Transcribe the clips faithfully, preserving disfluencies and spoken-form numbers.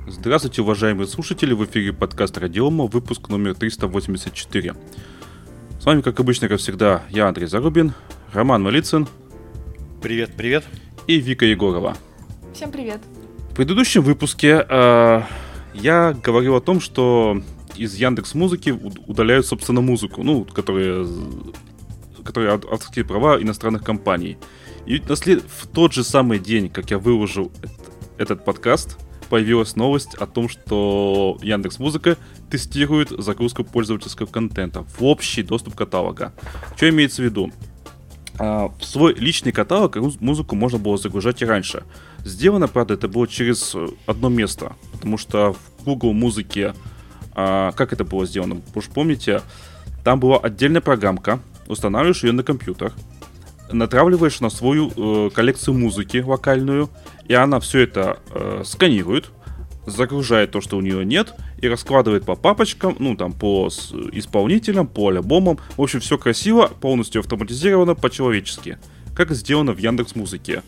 Здравствуйте, уважаемые слушатели, в эфире подкаст Радиома, выпуск номер триста восемьдесят четыре. С вами, как обычно, как всегда, я Андрей Зарубин, Роман Малицын. Привет, привет. И Вика Егорова. Всем привет. В предыдущем выпуске э, я говорил о том, что из Яндекс.Музыки удаляют, собственно, музыку, ну, которые, которые авторские права иностранных компаний. И в тот же самый день, как я выложил этот подкаст, появилась новость о том, что Яндекс.Музыка тестирует загрузку пользовательского контента в общий доступ каталога. Что имеется в виду? В свой личный каталог музыку можно было загружать и раньше. Сделано, правда, это было через одно место, потому что в Google Музыке, как это было сделано, вы уж помните, там была отдельная программка, устанавливаешь ее на компьютер, натравливаешь на свою э, коллекцию музыки локальную, и она все это э, сканирует, загружает то, что у нее нет, и раскладывает по папочкам, ну там по исполнителям, по альбомам. В общем, все красиво, полностью автоматизировано, по-человечески, как сделано в Яндекс.Музыке.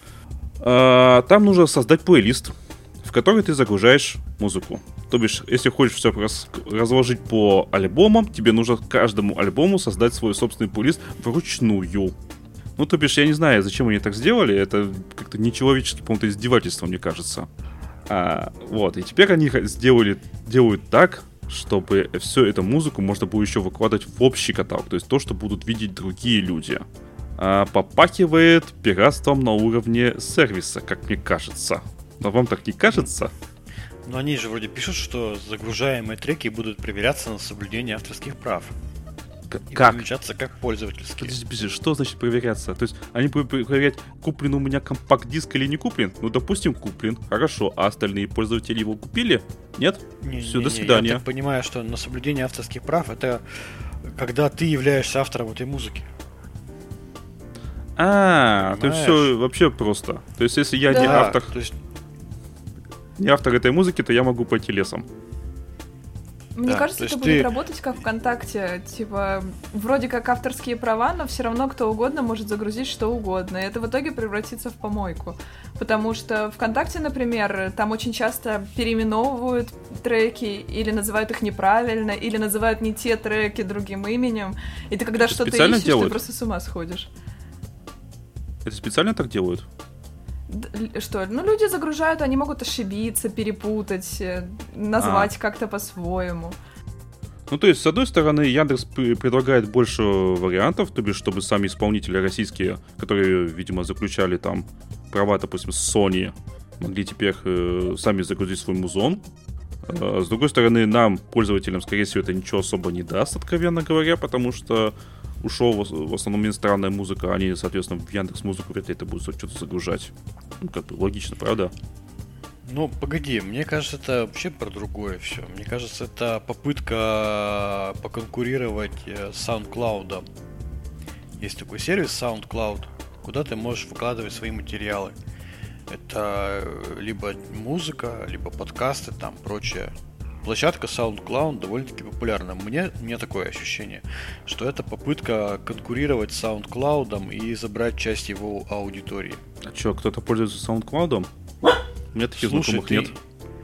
Э, там нужно создать плейлист, в который ты загружаешь музыку. То бишь, если хочешь все раз, разложить по альбомам, тебе нужно каждому альбому создать свой собственный плейлист вручную. Ну, то бишь, я не знаю, зачем они так сделали. Это как-то нечеловечески, по-моему, издевательство, мне кажется. А, вот, и теперь они сделали, делают так, чтобы всю эту музыку можно было еще выкладывать в общий каталог. То есть то, что будут видеть другие люди. А, попахивает пиратством на уровне сервиса, как мне кажется. Но вам так не кажется? Но они же вроде пишут, что загружаемые треки будут проверяться на соблюдение авторских прав. И как? Помечаться как пользовательские. Подожди, подожди, что значит проверяться? То есть они будут проверять, куплен у меня компакт-диск или не куплен? Ну, допустим, куплен. Хорошо. А остальные пользователи его купили? Нет? Не, Все, не, до не, свидания. Я так понимаю, что на соблюдение авторских прав это когда ты являешься автором этой музыки. А, то Понимаешь? все вообще просто. То есть, если я Да. не автор, То есть, не автор этой музыки, то я могу пойти лесом. Мне Да, кажется, то это есть будет ты- работать как ВКонтакте. Типа, вроде как авторские права, но все равно кто угодно может загрузить что угодно. И это в итоге превратится в помойку. Потому что ВКонтакте, например, там очень часто переименовывают треки, или называют их неправильно, или называют не те треки другим именем. И ты когда Это что-то специально ищешь, делают? ты просто с ума сходишь. Это специально так делают? Д- Что? Ну, люди загружают, они могут ошибиться, перепутать, э, назвать как-то по-своему. Ну, то есть, с одной стороны, Яндекс п- предлагает больше вариантов, то бишь, чтобы сами исполнители российские, которые, видимо, заключали там права, допустим, с Sony, могли теперь э, сами загрузить свой музон. Э, с другой стороны, нам, пользователям, скорее всего, это ничего особо не даст, откровенно говоря, потому что ушел в, в основном иностранная музыка, они, соответственно, в Яндекс.Музыку вряд ли это будут что-то загружать. Ну, как бы логично, правда? ну, погоди, мне кажется, это вообще про другое все. Мне кажется, это попытка поконкурировать э, с SoundCloud. Есть такой сервис SoundCloud, куда ты можешь выкладывать свои материалы. Это э, либо музыка, либо подкасты, там, прочее. Площадка SoundCloud довольно-таки популярна. Мне, у меня такое ощущение, что это попытка конкурировать с SoundCloud и забрать часть его аудитории. А что, кто-то пользуется SoundCloud? У меня таких Слушай, знакомых ты- нет.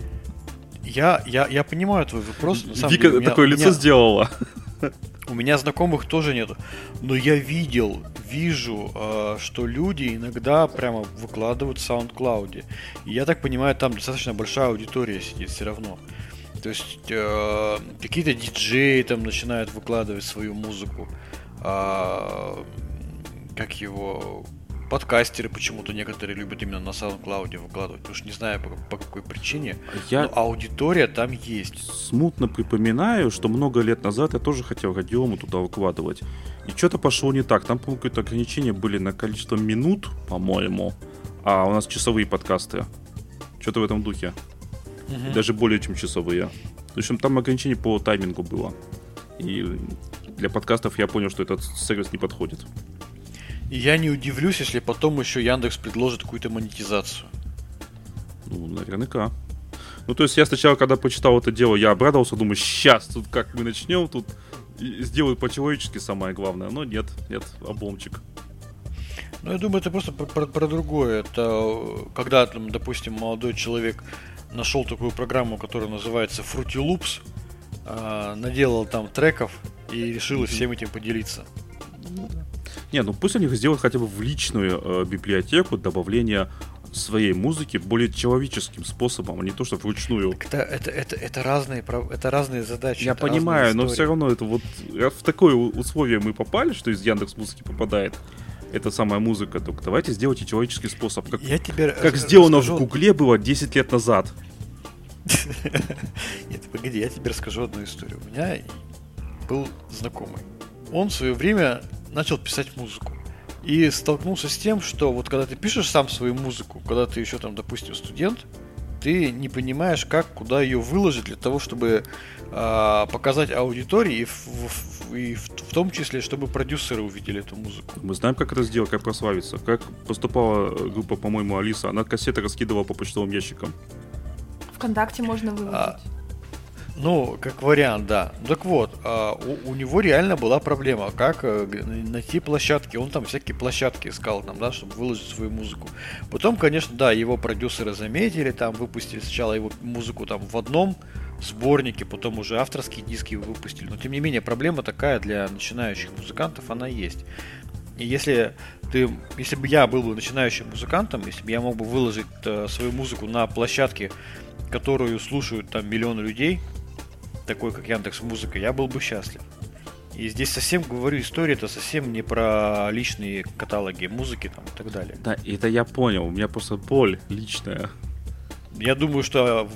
Я, я, я понимаю твой вопрос. На самом Вика деле, у меня- такое у лицо меня- сделала. У меня знакомых тоже нету. Но я видел, вижу, э, что люди иногда прямо выкладывают в SoundCloud. И я так понимаю, там достаточно большая аудитория сидит все равно. То есть э, какие-то диджеи там начинают выкладывать свою музыку. А, как его... Подкастеры почему-то некоторые любят именно на SoundCloud выкладывать. Уж не знаю по, по какой причине. Я Но аудитория там есть. смутно припоминаю, что много лет назад я тоже хотел радиому туда выкладывать. И что-то пошло не так. Там, по-моему, какие-то ограничения были на количество минут, по-моему. А у нас часовые подкасты. Что-то в этом духе. Мгм. Даже более чем часовые. В общем, там ограничение по таймингу было. И для подкастов я понял, что этот сервис не подходит. И я не удивлюсь, если потом еще Яндекс предложит какую-то монетизацию. Ну, наверняка. Ну, то есть я сначала, когда почитал это дело, я обрадовался, думаю, сейчас, тут как мы начнем, тут и сделают по-человечески самое главное. Но нет, нет, обломчик. Ну, я думаю, это просто про, про- про другое. Это когда, там, допустим, молодой человек нашел такую программу, которая называется Fruity Loops, э, наделал там треков и решил всем этим поделиться. Не, ну пусть они сделают хотя бы в личную э, библиотеку добавление своей музыки более человеческим способом, а не то, что вручную. Это, это, это, это, разные, это разные задачи. Я понимаю, но все равно это вот в такое условие мы попали, что из Яндекс.Музыки попадает эта самая музыка. Только давайте сделайте человеческий способ. Как, я тебе как сделано расскажу... в Гугле было десять лет назад. Нет, погоди, я тебе расскажу одну историю. У меня был знакомый. Он в свое время начал писать музыку. И столкнулся с тем, что вот когда ты пишешь сам свою музыку, когда ты еще там, допустим, студент, ты не понимаешь, как, куда ее выложить для того, чтобы э, показать аудитории, и, в, в, и в, в том числе, чтобы продюсеры увидели эту музыку. Мы знаем, как это сделать, как прославиться. Как поступала группа, по-моему, Алиса. Она кассеты раскидывала по почтовым ящикам. ВКонтакте можно выложить. А, ну, как вариант, да. Так вот, а, у, у него реально была проблема, как а, найти площадки. Он там всякие площадки искал, там, да, чтобы выложить свою музыку. Потом, конечно, да, его продюсеры заметили, там, выпустили сначала его музыку там в одном сборнике, потом уже авторские диски выпустили. Но, тем не менее, проблема такая для начинающих музыкантов, она есть. И если ты, если бы я был бы начинающим музыкантом, если бы я мог бы выложить э, свою музыку на площадке, которую слушают там миллионы людей, такой как Яндекс.Музыка, я был бы счастлив. И здесь совсем, говорю, история это совсем не про личные каталоги музыки там, и так далее. Да, это я понял, у меня просто боль личная. Я думаю, что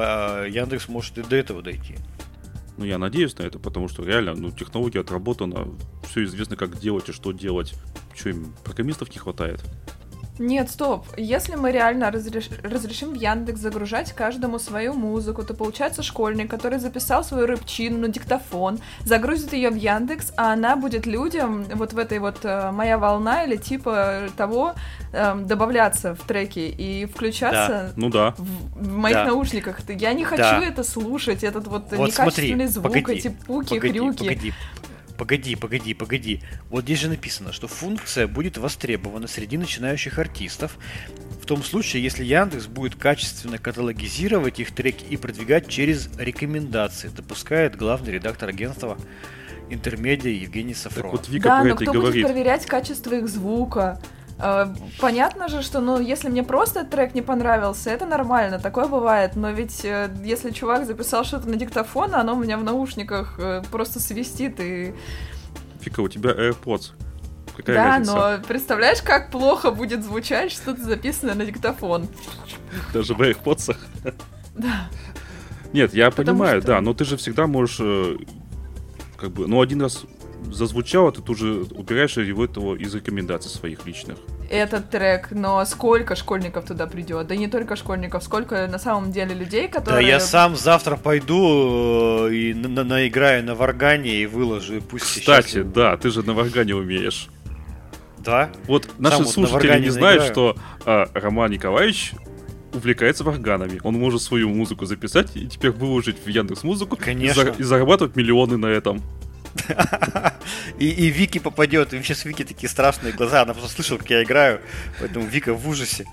в Яндекс может и до этого дойти. Ну, я надеюсь на это, потому что реально, ну, технология отработана, все известно, как делать и что делать. Что, им программистов не хватает? Нет, стоп. Если мы реально разреш... разрешим в Яндекс загружать каждому свою музыку, то получается школьник, который записал свою рэпчину на диктофон, загрузит ее в Яндекс, а она будет людям вот в этой вот э, «Моя волна» или типа того э, добавляться в треки и включаться да. Ну, да. в, в моих да. наушниках. Я не хочу да. это слушать, этот вот, вот некачественный смотри, звук, погоди, эти пуки, погоди, хрюки. Погоди. Погоди, погоди, погоди. Вот здесь же написано, что функция будет востребована среди начинающих артистов в том случае, если Яндекс будет качественно каталогизировать их треки и продвигать через рекомендации, допускает главный редактор агентства Интермедиа Евгений Сафронов. Вот Вика да, но кто говорит. Будет проверять качество их звука? Понятно же, что, ну, если мне просто трек не понравился, это нормально, такое бывает, но ведь если чувак записал что-то на диктофон, оно у меня в наушниках просто свистит и... Фика, у тебя AirPods. Какая да, разница? Но представляешь, как плохо будет звучать что-то записанное на диктофон? Даже в AirPods? Да. Нет, я Потому понимаю, что... да, но ты же всегда можешь, как бы, ну, один раз... зазвучало, ты тут же убираешь его этого из рекомендаций своих личных. Этот трек, но сколько школьников туда придет? Да не только школьников, сколько на самом деле людей, которые... Да я сам завтра пойду и на- на- наиграю на варгане и выложу, и пусть Кстати, сейчас... да, ты же на варгане умеешь. Да? Вот наши сам слушатели вот не знают, наиграю. Что а, Роман Николаевич увлекается варганами. Он может свою музыку записать и теперь выложить в Яндекс.Музыку и, за- и зарабатывать миллионы на этом. И, и Вики попадет. И сейчас Вики такие страшные глаза. Она просто слышала, как я играю. Поэтому Вика в ужасе.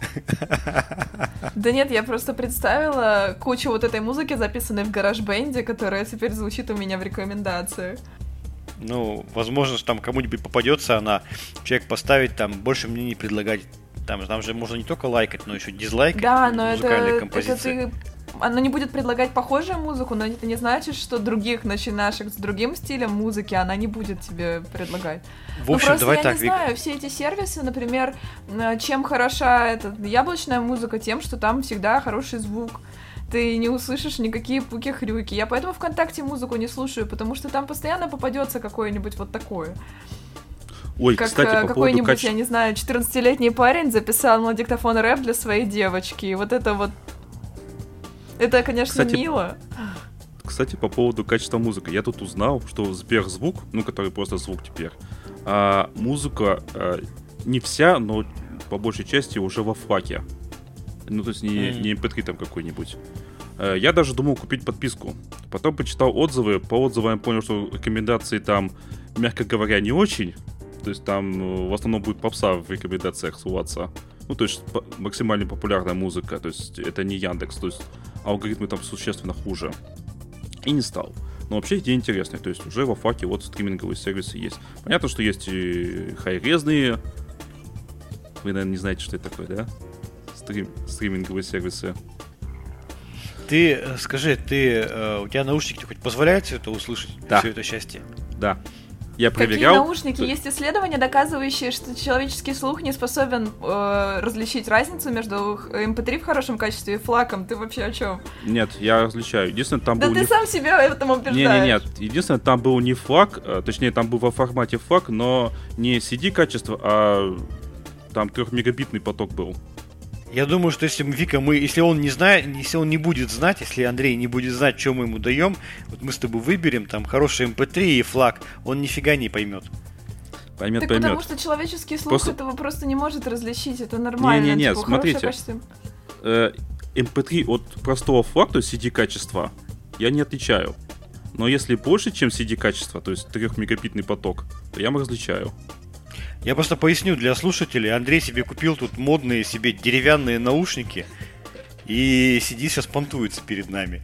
Да нет, я просто представила кучу вот этой музыки, записанной в GarageBand, которая теперь звучит у меня в рекомендациях. Ну, возможно, что там кому-нибудь попадется она. Человек поставить, там больше мне не предлагать. Там, там же можно не только лайкать, но еще дизлайкать. Да, но это, это ты... Оно не будет предлагать похожую музыку, но это не значит, что других начинающих с другим стилем музыки она не будет тебе предлагать. В общем, ну, просто давай я так, не знаю, все эти сервисы, например, чем хороша эта яблочная музыка, тем, что там всегда хороший звук. Ты не услышишь никакие пуки-хрюки. Я поэтому ВКонтакте музыку не слушаю, потому что там постоянно попадется какое-нибудь вот такое. Ой, как кстати, по какой-нибудь, каче... я не знаю, четырнадцатилетний парень записал на диктофон рэп для своей девочки. И вот это вот... Это, конечно, кстати, мило. Кстати, по поводу качества музыки. Я тут узнал, что Сберзвук, ну, который просто звук теперь, а, музыка а, не вся, но по большей части уже во флаке. Ну, то есть не, mm-hmm. не эм пи три там какой-нибудь. А, я даже думал купить подписку. Потом почитал отзывы. По отзывам я понял, что рекомендации там, мягко говоря, не очень. То есть там в основном будет попса в рекомендациях суваться. ну, то есть по- максимально популярная музыка, то есть это не Яндекс, то есть алгоритмы там существенно хуже. И не стал. Но вообще идея интересная, то есть уже во факе вот стриминговые сервисы есть. Понятно, что есть и хай-резные. Вы, наверное, не знаете, что это такое, да? Стрим, стриминговые сервисы. Ты скажи, ты, у тебя наушники хоть позволяют все это услышать? Да. Все это счастье? Да. Я Какие проверял. наушники? То- Есть исследования, доказывающие, что человеческий слух не способен э, различить разницу между эм пэ три в хорошем качестве и флаком. Ты вообще о чем? Нет, я различаю. Единственное, там Да был ты не... сам себя в этом убеждаешь. Не-не-нет, единственное, там был не флаг, а, точнее, там был во формате флаг, но не си ди качество, а там трехмегабитный поток был. Я думаю, что если Вика, мы, если он не знает, если он не будет знать, если Андрей не будет знать, что мы ему даем, вот мы с тобой выберем там хороший эм пэ три и флаг, он нифига не поймет. Поймет, Так поймет. потому что человеческий слух Просто- этого просто не может различить, это нормально. Не-не-не, типа, смотрите. хорошее качество. Э, эм пэ три от простого флаг, то есть си ди качества, я не отличаю. Но если больше, чем си ди качество, то есть трехмегабитный поток, то я различаю. Я просто поясню для слушателей. Андрей себе купил тут модные себе деревянные наушники и сидит сейчас понтуется перед нами.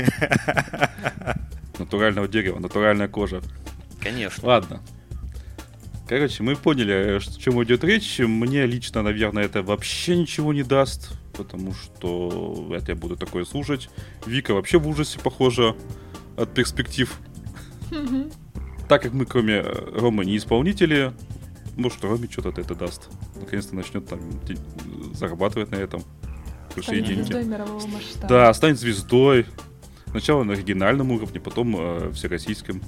Натурального дерева, натуральная кожа. Конечно. Ладно. Короче, мы поняли, о чем идет речь. Мне лично, наверное, это вообще ничего не даст, потому что это я буду такое слушать. Вика вообще в ужасе, похоже, от перспектив. Так как мы, кроме Ромы, не исполнители, может, Роме что-то это даст. Наконец-то начнет там де- зарабатывать на этом большие Станет деньги. звездой мирового масштаба. Да, станет звездой. Сначала на оригинальном уровне, потом э, всероссийском.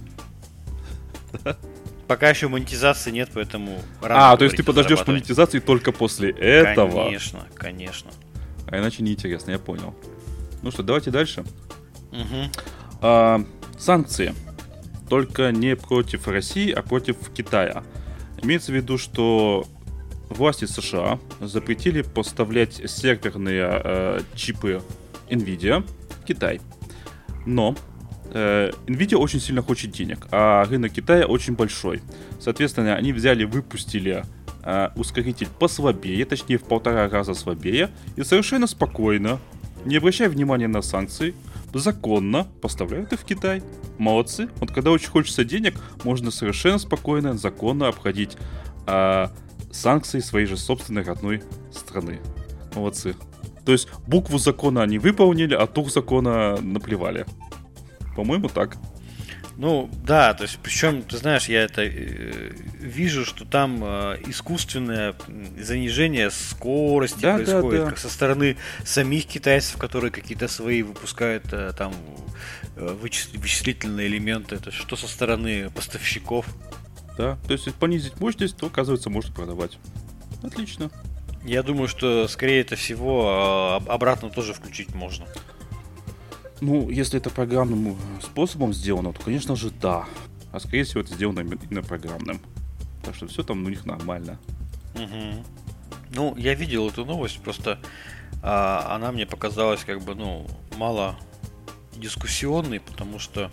Пока еще монетизации нет, поэтому рано А, то есть ты говорить о подождешь зарабатывании. монетизации только после этого? Конечно, конечно. А иначе неинтересно, я понял. Ну что, давайте дальше. Мгм. А, санкции. Только не против России, а против Китая. Имеется в виду, что власти США запретили поставлять серверные э, чипы NVIDIA в Китай. Но э, NVIDIA очень сильно хочет денег, а рынок Китая очень большой. Соответственно, они взяли, выпустили э, ускоритель послабее, точнее в полтора раза слабее, и совершенно спокойно, не обращая внимания на санкции, законно поставляют их в Китай. Молодцы. Вот когда очень хочется денег, можно совершенно спокойно, законно обходить а, санкции своей же собственной родной страны. Молодцы. То есть букву закона они выполнили, а дух закона наплевали. По-моему, так. Ну, да, то есть, причем, ты знаешь, я это э, вижу, что там э, искусственное м, занижение скорости Да, да, происходит, да. как со стороны самих китайцев, которые какие-то свои выпускают э, там э, вычис- вычислительные элементы, это что со стороны поставщиков. Да. То есть, если понизить мощность, то, оказывается, можно продавать. Отлично. Я думаю, что, скорее это всего, э, об- обратно тоже включить можно. Ну, если это программным способом сделано, то, конечно же, да. А скорее всего, это сделано именно программным. Так что все там у них нормально. Мгм. Ну, я видел эту новость, просто а, она мне показалась как бы, ну, мало дискуссионной, потому что,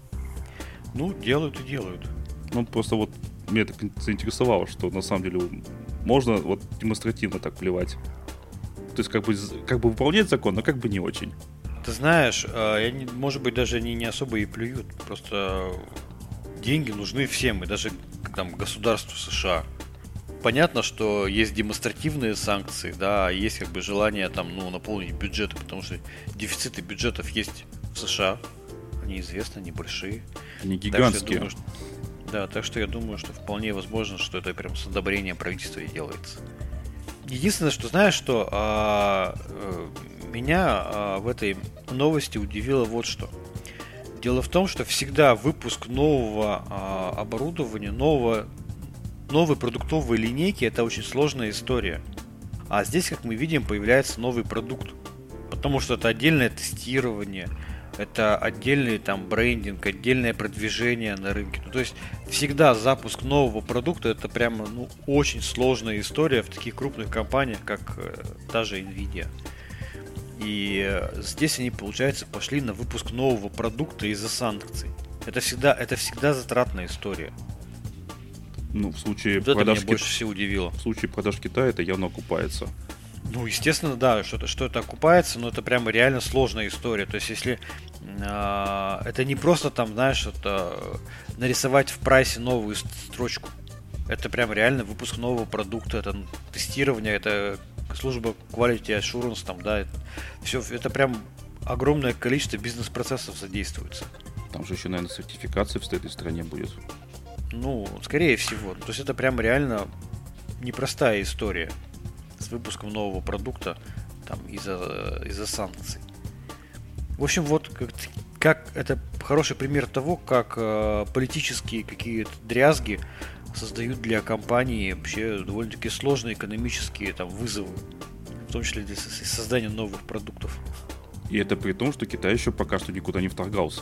ну, делают и делают. Ну, просто вот меня так заинтересовало, что на самом деле можно вот демонстративно так плевать. То есть как бы, з- как бы выполнять закон, но как бы не очень. Ты знаешь, а, я не- может быть, даже они не особо и плюют, просто деньги нужны всем, и даже там государству США. Понятно, что есть демонстративные санкции, да, есть как бы желание там, ну, наполнить бюджеты, потому что дефициты бюджетов есть в США, они известны, они большие. Они Так что я гигантские. думаю, что- да, так что я думаю, что вполне возможно, что это прям с одобрения правительства и делается. Единственное, что знаешь, что а, э, меня а, в этой новости удивило вот что. Дело в том, что всегда выпуск нового а, оборудования, нового, новой продуктовой линейки — это очень сложная история. А здесь, как мы видим, появляется новый продукт. Потому что это отдельное тестирование, это отдельный там брендинг, отдельное продвижение на рынке. Ну, то есть всегда запуск нового продукта — это прямо, ну, очень сложная история в таких крупных компаниях, как э, та же Nvidia. И э, здесь они, получается, пошли на выпуск нового продукта из-за санкций. Это всегда, это всегда затратная история. Ну, в случае Вот это продаж меня Ки- больше всего удивило. в случае продаж Китая это явно окупается. Ну, естественно, да, что-то, что это окупается, но это прямо реально сложная история. То есть, если э, это не просто там, знаешь, это нарисовать в прайсе новую строчку. Это прям реально выпуск нового продукта, это тестирование, это служба quality assurance, там, да, это, все, это прям огромное количество бизнес-процессов задействуется. Там же еще, наверное, сертификация в этой стране будет. Ну, скорее всего. То есть это прям реально непростая история с выпуском нового продукта там из-за, из-за санкций. В общем, вот как, как это хороший пример того, как э, политические какие-то дрязги создают для компании вообще довольно-таки сложные экономические там вызовы, в том числе для создания новых продуктов. И это при том, что Китай еще пока что никуда не вторгался.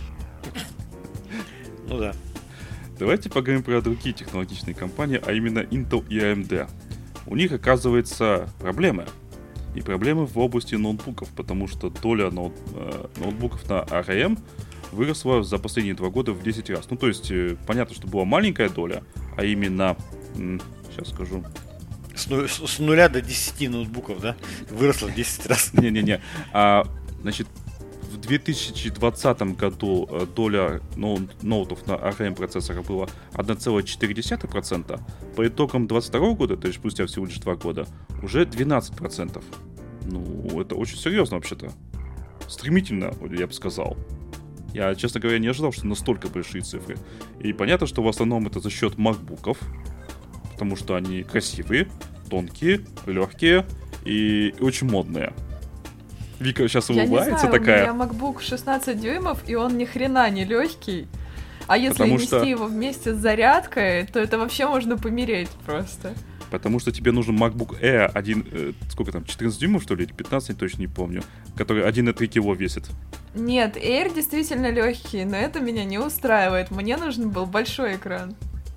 Ну да. Давайте поговорим про другие технологичные компании, а именно Intel и эй эм ди. У них, оказывается, проблемы. И проблемы в области ноутбуков, потому что доля ноут, э, ноутбуков на эй эм ди выросла за последние два года в десять раз. Ну, то есть, э, понятно, что была маленькая доля, а именно, м, сейчас скажу... С, ну, с, с нуля до десяти ноутбуков, да? Выросло в десять раз. Не-не-не. А, значит, в две тысячи двадцатом году доля ноут, ноутов на эй эм ди-процессорах была одна целая четыре десятых процента. По итогам две тысячи двадцать второго года, то есть спустя всего лишь два года, уже двенадцать процентов. Ну, это очень серьезно вообще-то. Стремительно, я бы сказал. Я, честно говоря, не ожидал, что настолько большие цифры. И понятно, что в основном это за счет макбуков, потому что они красивые, тонкие, легкие и очень модные. Вика сейчас улыбается, я не знаю, такая. У меня MacBook шестнадцать дюймов, и он ни хрена не легкий. А если Потому нести что... его вместе с зарядкой, то это вообще можно помереть просто. Потому что тебе нужен MacBook Air один, э, сколько там, четырнадцать дюймов, что ли, или пятнадцать, точно не помню, который один целых три десятых кило весит. Нет, Air действительно легкий, но это меня не устраивает. Мне нужен был большой экран.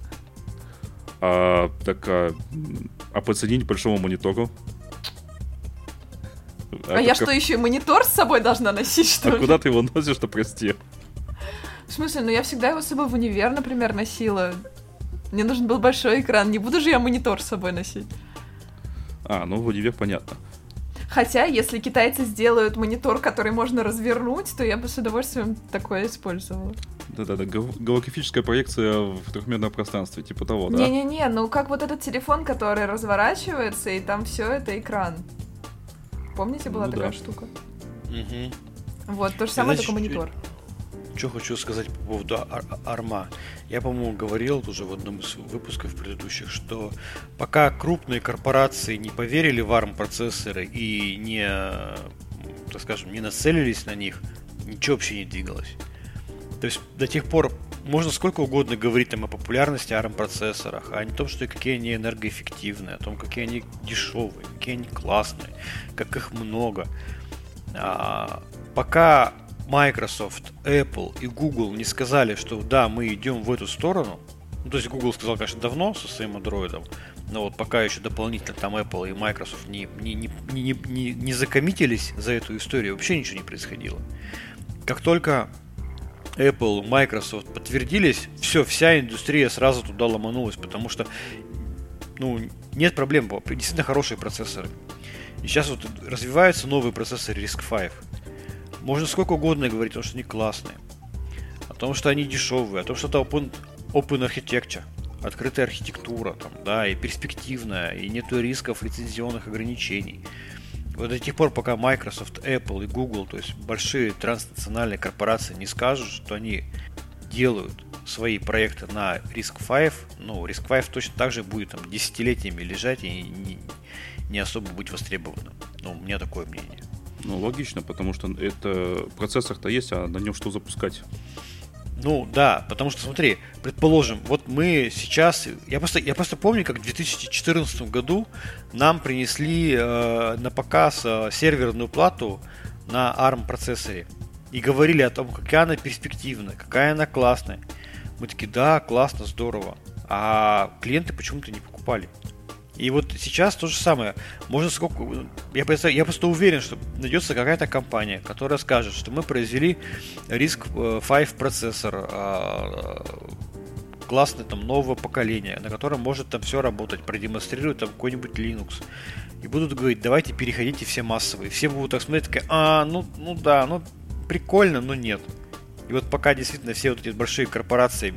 А, так, а, а подсоединить к большому монитору? А, а я что, еще и монитор с собой должна носить, что а ли? А куда ты его носишь-то, прости? В смысле, ну я всегда его с собой в универ, например, носила. Мне нужен был большой экран, не буду же я монитор с собой носить. А, ну в универ понятно. Хотя, если китайцы сделают монитор, который можно развернуть, то я бы с удовольствием такое использовала. Да-да-да, голографическая проекция в трехмерном пространстве, типа того, да? Не-не-не, ну как вот этот телефон, который разворачивается, и там все это экран. Помните, была ну, такая да. штука? Угу. Вот, то же самое, только монитор. Что хочу сказать по поводу арма. Я, по-моему, говорил уже в одном из выпусков предыдущих, что пока крупные корпорации не поверили в арм-процессоры и не, так скажем, не нацелились на них, ничего вообще не двигалось. То есть до тех пор можно сколько угодно говорить там о популярности арм-процессорах, а не о том, что какие они энергоэффективные, о том, какие они дешевые, какие они классные, как их много. А, пока Microsoft, Apple и Google не сказали, что да, мы идем в эту сторону. Ну, то есть Google сказал, конечно, давно со своим Android, но вот пока еще дополнительно там Apple и Microsoft не, не, не, не, не, не закоммитились за эту историю, вообще ничего не происходило. Как только Apple, Microsoft подтвердились, все, вся индустрия сразу туда ломанулась, потому что ну, нет проблем, действительно хорошие процессоры. И сейчас вот развиваются новые процессоры риск пять. Можно сколько угодно говорить о том, что они классные, о том, что они дешевые, о том, что это open, open architecture, открытая архитектура, там, да, и перспективная, и нету рисков лицензионных ограничений. Вот до тех пор, пока Microsoft, Apple и Google, то есть большие транснациональные корпорации, не скажут, что они делают свои проекты на риск пять, ну, риск пять точно так же будет там десятилетиями лежать и не, не особо быть востребованным. Ну, у меня такое мнение. Ну, логично, потому что это процессор-то есть, а на нем что запускать? Ну, да, потому что, смотри, предположим, вот мы сейчас... Я просто, я просто помню, как в две тысячи четырнадцатом году нам принесли э, на показ э, серверную плату на арм-процессоре и говорили о том, какая она перспективная, какая она классная. Мы такие, да, классно, здорово. А клиенты почему-то не покупали. И вот сейчас то же самое. Можно сколько... Я просто, я просто уверен, что найдется какая-то компания, которая скажет, что мы произвели риск пять процессор классный там нового поколения, на котором может там все работать, продемонстрируют там какой-нибудь Linux. И будут говорить, давайте переходите все массовые. Все будут так смотреть, такая, а, ну, ну да, ну прикольно, но нет. И вот пока действительно все вот эти большие корпорации,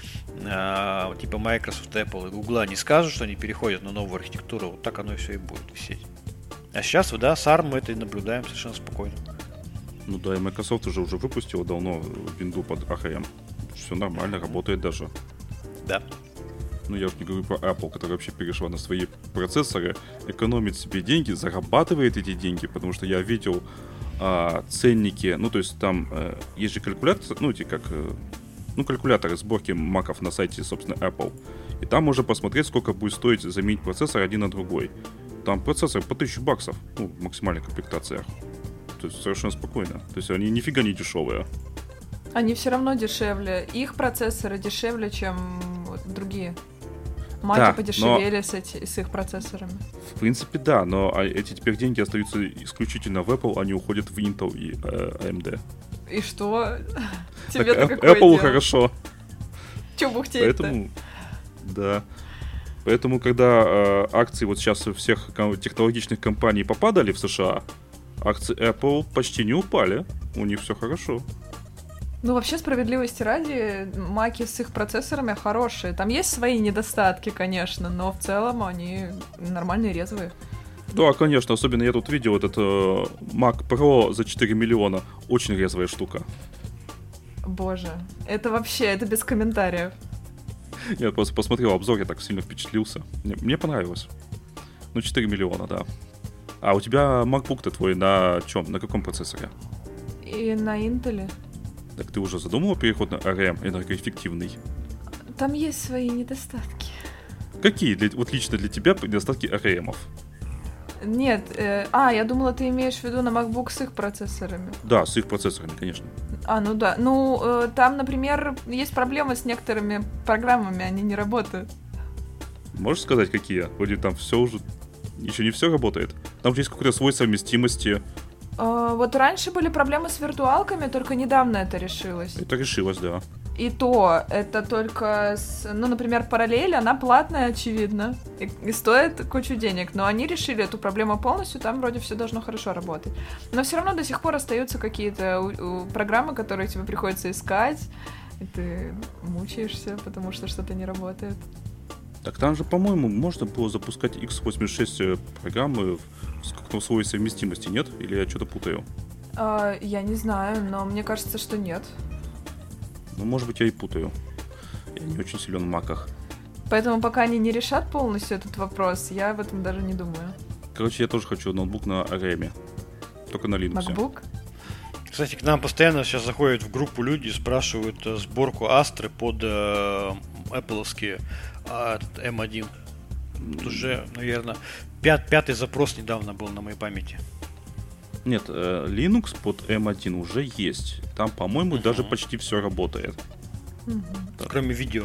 э, типа Microsoft, Apple и Google не скажут, что они переходят на новую архитектуру, вот так оно и все и будет висеть. А сейчас, да, с арм мы это и наблюдаем совершенно спокойно. Ну да, и Microsoft уже уже выпустила давно винду под эй эйч эм. Все нормально, работает даже. Да. Ну я уж не говорю про Apple, которая вообще перешла на свои процессоры, экономит себе деньги, зарабатывает эти деньги, потому что я видел а, ценники, ну то есть там а, есть же калькулятор, ну эти как, ну калькуляторы сборки маков на сайте, собственно, Apple. И там можно посмотреть, сколько будет стоить заменить процессор один на другой. Там процессор по тысячу баксов, ну в максимальных комплектациях. То есть совершенно спокойно. То есть они нифига не дешевые. Они все равно дешевле. Их процессоры дешевле, чем другие. Маки да, подешевели но... с, эти, с их процессорами. В принципе, да, но эти теперь деньги остаются исключительно в Apple, они уходят в Intel и э, эй эм ди. И что? Тебе-то так, какое Apple дело? Хорошо. Че бухтеть-то? Поэтому, да. Поэтому, когда э, акции вот сейчас у всех технологичных компаний попадали в США, акции Apple почти не упали. У них все хорошо. Ну, вообще, справедливости ради, маки с их процессорами хорошие. Там есть свои недостатки, конечно, но в целом они нормальные, резвые. Да, конечно. Особенно я тут видел этот э, Mac Pro за четыре миллиона. Очень резвая штука. Боже, это вообще, это без комментариев. Я просто посмотрел обзор, я так сильно впечатлился. Мне, мне понравилось. Ну, четыре миллиона, да. А у тебя MacBook-то твой на чем? На каком процессоре? И на Intel. Так ты уже задумала переход на эй эм, энергоэффективный? Там есть свои недостатки. Какие для, вот лично для тебя недостатки эй эм-ов? Нет, э, а, я думала, ты имеешь в виду на MacBook с их процессорами. Да, с их процессорами, конечно. А, ну да. Ну, э, там, например, есть проблемы с некоторыми программами, они не работают. Можешь сказать, какие? Вроде там все уже... Еще не все работает. Там же есть какое-то свой совместимости. Uh, вот раньше были проблемы с виртуалками, только недавно это решилось. Это решилось, да. И то, это только, с, ну, например, параллель, она платная, очевидно, и, и стоит кучу денег, но они решили эту проблему полностью, там вроде все должно хорошо работать. Но все равно до сих пор остаются какие-то у, у, программы, которые тебе приходится искать, и ты мучаешься, потому что что-то не работает. Так там же, по-моему, можно было запускать икс восемьдесят шесть программы с какой-то своей совместимости, нет? Или я что-то путаю? А, я не знаю, но мне кажется, что нет. Ну, может быть, я и путаю. Я не очень силен в маках. Поэтому пока они не решат полностью этот вопрос, я об этом даже не думаю. Короче, я тоже хочу ноутбук на эй эм. Только на Linux. MacBook? Кстати, к нам постоянно сейчас заходят в группу люди и спрашивают э, сборку Астры под э, Apple-овские а, эм один. Тут уже, наверное, пят, пятый запрос недавно был на моей памяти. Нет, э, Linux под эм один уже есть. Там, по-моему, uh-huh. даже почти все работает. Uh-huh. Кроме видео.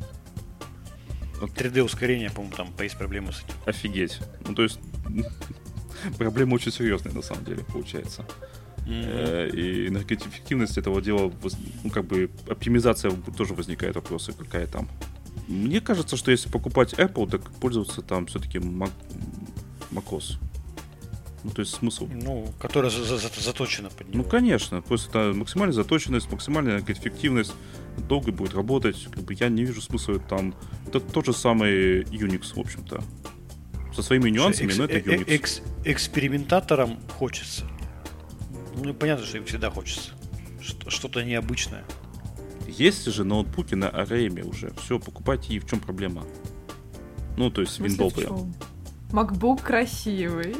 три дэ ускорение, по-моему, там есть проблемы с этим. Офигеть. Ну, то есть, проблема очень серьезная, на самом деле, получается. Mm-hmm. И энергоэффективность этого дела, ну, как бы, оптимизация тоже возникает вопросы, какая там. Мне кажется, что если покупать Apple, так пользоваться там все-таки Mac... macOS. Ну, то есть смысл. Ну, которая за- за- заточена под него. Ну, конечно. Просто это максимальная заточенность, максимальная энергоэффективность, долго будет работать. Как бы я не вижу смысла там. Это тот же самый Unix, в общем-то. Со своими нюансами, экс- но это Unix. Экс- экспериментаторам хочется. Ну, понятно, что им всегда хочется. Что-то необычное. Есть же ноутбуки на эй эм уже. Все, покупайте, и в чем проблема? Ну, то есть виндовые. MacBook красивый.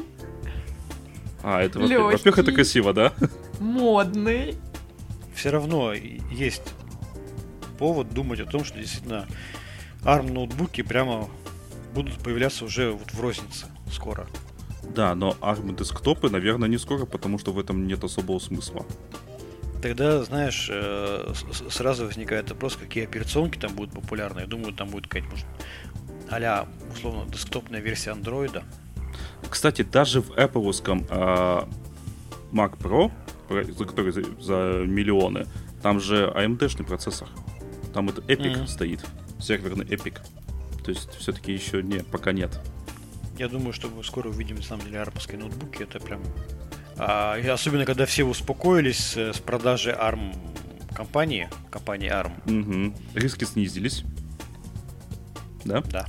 А, это, легкий, во-первых, это красиво, да? Модный. Все равно есть повод думать о том, что действительно арм ноутбуки прямо будут появляться уже вот в рознице скоро. Да, но арм десктопы, наверное, не скоро, потому что в этом нет особого смысла. Тогда, знаешь, сразу возникает вопрос, какие операционки там будут популярны. Я думаю, там будет какая-то, может, а-ля, условно, десктопная версия андроида. Кстати, даже в Apple-овском э, Mac Pro, за который за, за миллионы, там же эй эм ди-шный процессор. Там это Epic mm-hmm. стоит. серверный Epic. То есть все-таки еще не, пока нет. Я думаю, что мы скоро увидим, на самом деле, армовские ноутбуки. Это прям... А, и особенно, когда все успокоились с продажи арм компании, компании арм. Угу. Риски снизились. Да? Да.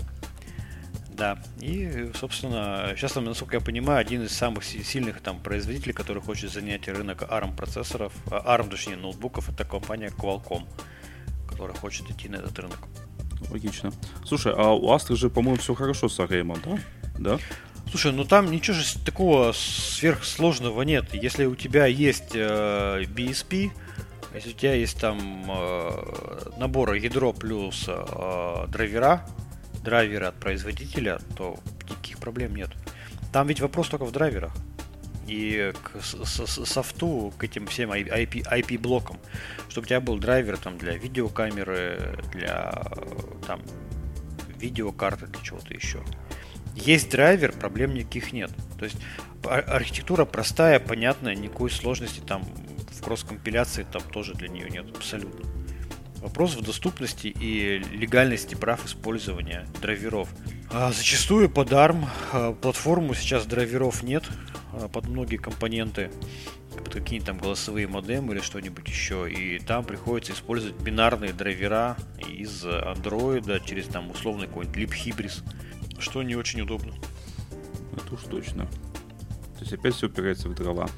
Да. И, собственно, сейчас, насколько я понимаю, один из самых сильных там производителей, который хочет занять рынок арм процессоров, арм, точнее, ноутбуков, это компания Qualcomm, которая хочет идти на этот рынок. Логично. Слушай, а у Astra же, по-моему, все хорошо с эй рэй-ом, да? Да? Слушай, ну там ничего же такого сверхсложного нет. Если у тебя есть э, би эс пи, если у тебя есть там э, набор ядро плюс э, драйвера, драйверы от производителя, то никаких проблем нет. Там ведь вопрос только в драйверах. И к софту, к этим всем ай пи-блокам, чтобы у тебя был драйвер там для видеокамеры, для там видеокарты, для чего-то еще. Есть драйвер, проблем никаких нет. То есть архитектура простая, понятная, никакой сложности там в кросс-компиляции там тоже для нее нет абсолютно. Вопрос в доступности и легальности прав использования драйверов. А зачастую под арм платформу сейчас драйверов нет под многие компоненты, под какие-нибудь там голосовые модемы или что-нибудь еще, и там приходится использовать бинарные драйвера из Android через там условный какой-нибудь libhybris, что не очень удобно. Это уж точно. То есть опять все упирается в дрова.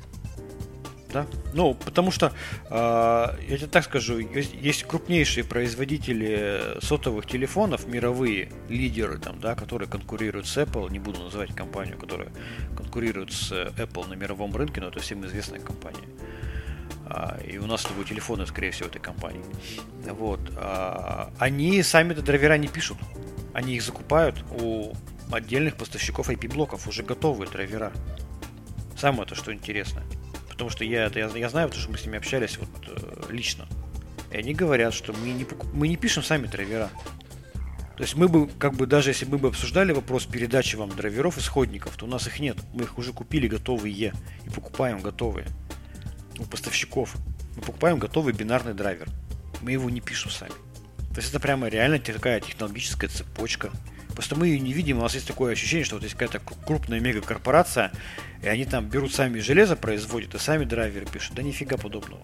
Да. Ну, потому что, э, я тебе так скажу, есть, есть крупнейшие производители сотовых телефонов, мировые лидеры, там, да, которые конкурируют с Apple, не буду называть компанию, которая конкурирует с Apple на мировом рынке, но это всем известная компания. А, и у нас с тобой телефоны, скорее всего, этой компании. Вот. А, они сами-то драйвера не пишут. Они их закупают у отдельных поставщиков ай пи-блоков, уже готовые драйвера. Самое-то, что интересно. Потому что я, это, я, я знаю, потому что мы с ними общались вот, э, лично. И они говорят, что мы не, мы не пишем сами драйвера. То есть мы бы, как бы, даже если мы бы обсуждали вопрос передачи вам драйверов исходников, то у нас их нет. Мы их уже купили готовые и покупаем готовые. У поставщиков. Мы покупаем готовый бинарный драйвер. Мы его не пишем сами. То есть это прямо реально такая технологическая цепочка. Просто мы ее не видим, у нас есть такое ощущение, что вот есть какая-то крупная мегакорпорация, и они там берут сами железо, производят, и сами драйверы пишут. Да нифига подобного.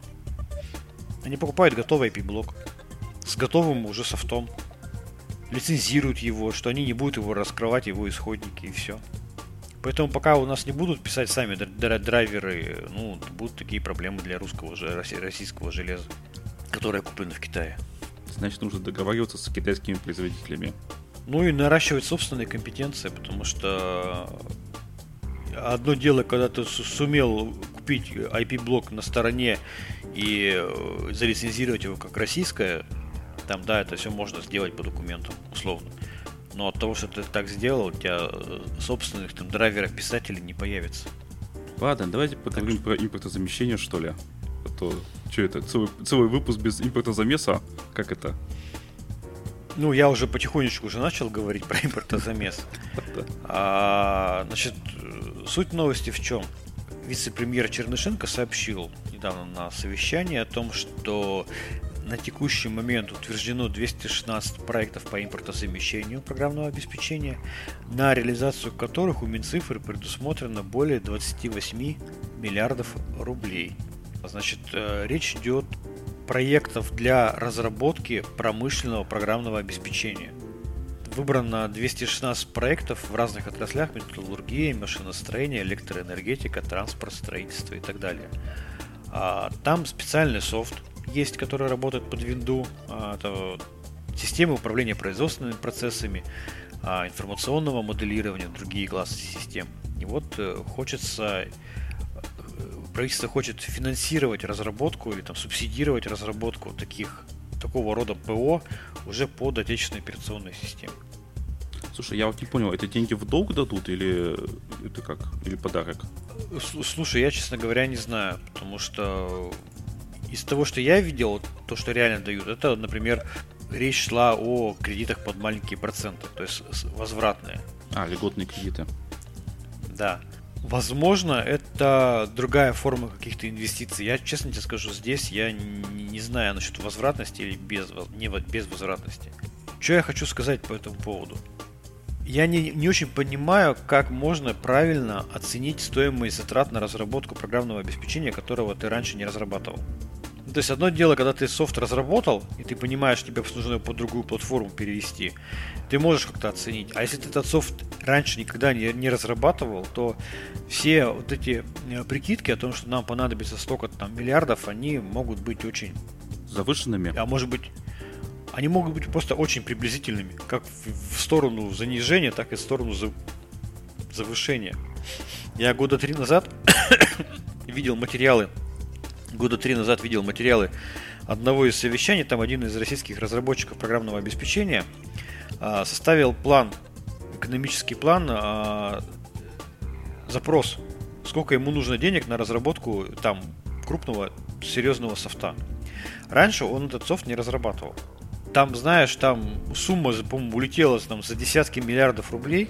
Они покупают готовый ай пи-блок с готовым уже софтом, лицензируют его, что они не будут его раскрывать, его исходники, и все. Поэтому пока у нас не будут писать сами драйверы, ну, будут такие проблемы для русского, российского железа, которое куплено в Китае. Значит, нужно договариваться с китайскими производителями. Ну и наращивать собственные компетенции, потому что одно дело, когда ты сумел купить ай пи-блок на стороне и залицензировать его как российское, там, да, это все можно сделать по документам, условно. Но от того, что ты так сделал, у тебя собственных там драйверов писателей не появится. Ладно, давайте поговорим про импортозамещение, что ли. А то, что это, целый, целый выпуск без импортозамеса? Как это? Ну, я уже потихонечку уже начал говорить про импортозамес. А, значит, суть новости в чем? Вице-премьер Чернышенко сообщил недавно на совещании о том, что на текущий момент утверждено двести шестнадцать проектов по импортозамещению программного обеспечения, на реализацию которых у Минцифры предусмотрено более двадцать восемь миллиардов рублей. Значит, речь идет проектов для разработки промышленного программного обеспечения. Выбрано двести шестнадцать проектов в разных отраслях: металлургия, машиностроение, электроэнергетика, транспорт, строительство и так далее. Там специальный софт есть, который работает под винду. Это системы управления производственными процессами, информационного моделирования, другие классы систем. И вот хочется... Правительство хочет финансировать разработку или там субсидировать разработку таких, такого рода ПО уже под отечественной операционной системой. Слушай, я вот не понял, это деньги в долг дадут или это как? Или подарок? Слушай, я, честно говоря, не знаю, потому что из того, что я видел, то, что реально дают, это, например, речь шла о кредитах под маленькие проценты, то есть возвратные. А, льготные кредиты. Да. Возможно, это другая форма каких-то инвестиций. Я, честно тебе скажу, здесь я не, не знаю насчет возвратности или без, не, без возвратности. что я хочу сказать по этому поводу? Я не, не очень понимаю, как можно правильно оценить стоимость затрат на разработку программного обеспечения, которого ты раньше не разрабатывал. То есть одно дело, когда ты софт разработал, и ты понимаешь, тебе нужно его под другую платформу перевести, ты можешь как-то оценить. А если ты этот софт раньше никогда не, не разрабатывал, то все вот эти прикидки о том, что нам понадобится столько там миллиардов, они могут быть очень завышенными. А может быть, они могут быть просто очень приблизительными, как в, в сторону занижения, так и в сторону за, завышения. Я года три назад видел материалы Года три назад видел материалы одного из совещаний. Там один из российских разработчиков программного обеспечения а, составил план, экономический план, а, запрос, сколько ему нужно денег на разработку там крупного серьезного софта. Раньше он этот софт не разрабатывал. Там, знаешь, там сумма, по-моему, улетела там, за десятки миллиардов рублей.